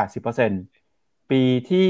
80% ปีที่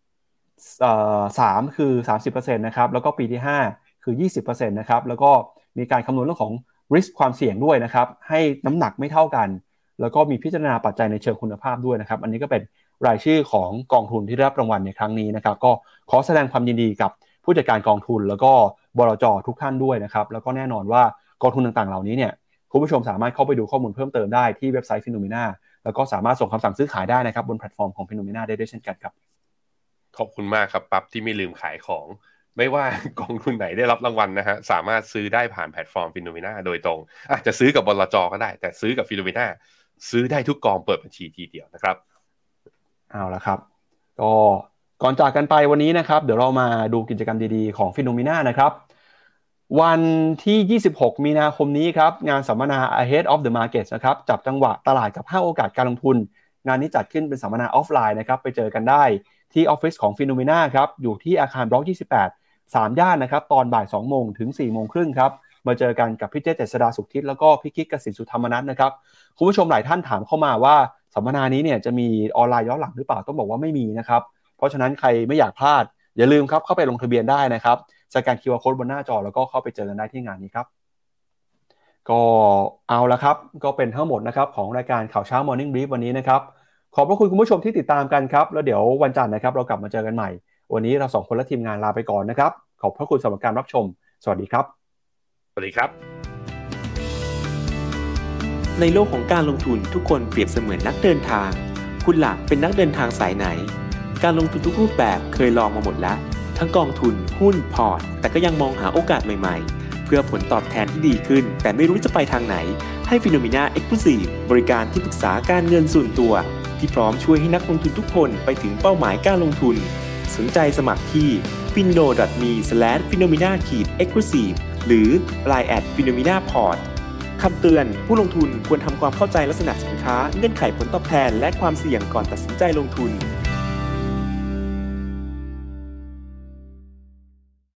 3คือ 30% นะครับแล้วก็ปีที่5คือ 20% นะครับแล้วก็มีการคำนวณเรื่องของ risk ความเสี่ยงด้วยนะครับให้น้ำหนักไม่เท่ากันแล้วก็มีพิจารณาปัจจัยในเชิงคุณภาพด้วยนะครับอันนี้ก็เป็นรายชื่อของกองทุนที่ได้รับรางวัลในครั้งนี้นะครับก็ขอแสดงความยินดีกับผู้จัดการกองทุนแล้วก็บลจ.ทุกท่านด้วยนะครับแล้วก็แน่นอนว่ากองทุนต่างๆเหล่านี้เนี่ยคุณผู้ชมสามารถเข้าไปดูข้อมูลเพิ่มเติมได้ที่เว็บไซต์ Phenomena แล้วก็สามารถส่งคำสั่งซื้อขายได้นะครับบนแพลตฟอร์มของ Phenomena ได้ด้วยเช่นกันครับขอบคุณมากครับปั๊บที่ไม่ลืมขายของไม่ว่ากองทุนไหนได้รับรางวัลนะฮะสามารถซื้อได้ผ่านแพลตฟอร์ม Phenomena โดยตรงจะซื้อกับบลจ.ก็ได้แต่ซื้อกับ Phenomena ซื้อได้ทุกกองเปิดบัญชีทีเดียวนะครับเอาละครับก็ก่อนจากกันไปวันนี้นะครับเดี๋ยวเรามาดูกิจกรรมดีๆของ Phenomena นะครับวันที่26มีนาคมนี้ครับงานสัมมนา Ahead of the Market นะครับจับจังหวะตลาดกับ5โอกาสการลงทุนงานนี้จัดขึ้นเป็นสัมมนาออฟไลน์นะครับไปเจอกันได้ที่ออฟฟิศของ Phenomena ครับอยู่ที่อาคารบล็อก28 3ย่านนะครับตอนบ่าย 2 โมงถึง 4 โมงครึ่งครับมาเจอกันกับพี่เจษฎาสุขทิศแล้วก็พี่กิ๊กกสิณสุธรรมนัสนะครับคุณผู้ชมหลายท่านถามเข้ามาว่าสัมมนานี้เนี่ยจะมีออนไลน์ย้อนหลังหรือเปล่าต้องบอกว่าไม่มีนะครับเพราะฉะนั้นใครไม่อยากพลาดอย่าลืมครับเข้าไปลงทะเบียนได้นะครับสแกน QR Code บนหน้าจอแล้วก็เข้าไปเจอกันได้ที่งานนี้ครับก็เอาละครับก็เป็นทั้งหมดนะครับของรายการข่าวเช้า Morning Brief วันนี้นะครับขอบพระคุณคุณผู้ชมที่ติดตามกันครับแล้วเดี๋ยววันจันทร์นะครับเรากลับมาเจอกันใหม่วันนี้เรา2คนและทีมงานลาไปก่อนนะครับขอบพระคุณสำหรับการรับชมสวัสดีครับสวัสดีครับในโลกของการลงทุนทุกคนเปรียบเสมือนนักเดินทางคุณหลักเป็นนักเดินทางสายไหนการลงทุนทุกรูปแบบเคยลองมาหมดแล้วทั้งกองทุนหุ้นพอร์ตแต่ก็ยังมองหาโอกาสใหม่ๆเพื่อผลตอบแทนที่ดีขึ้นแต่ไม่รู้จะไปทางไหนให้ Phenomena Exclusive บริการที่ปรึกษาการเงินส่วนตัวที่พร้อมช่วยให้นักลงทุนทุกคนไปถึงเป้าหมายการลงทุนสนใจสมัครที่ fino.me/phenomena-exclusive หรือ line@phenomena-port คำเตือนผู้ลงทุนควรทำความเข้าใจลักษณะสินค้าเงื่อนไขผลตอบแทนและความเสี่ยงก่อนตัดสินใจลงทุน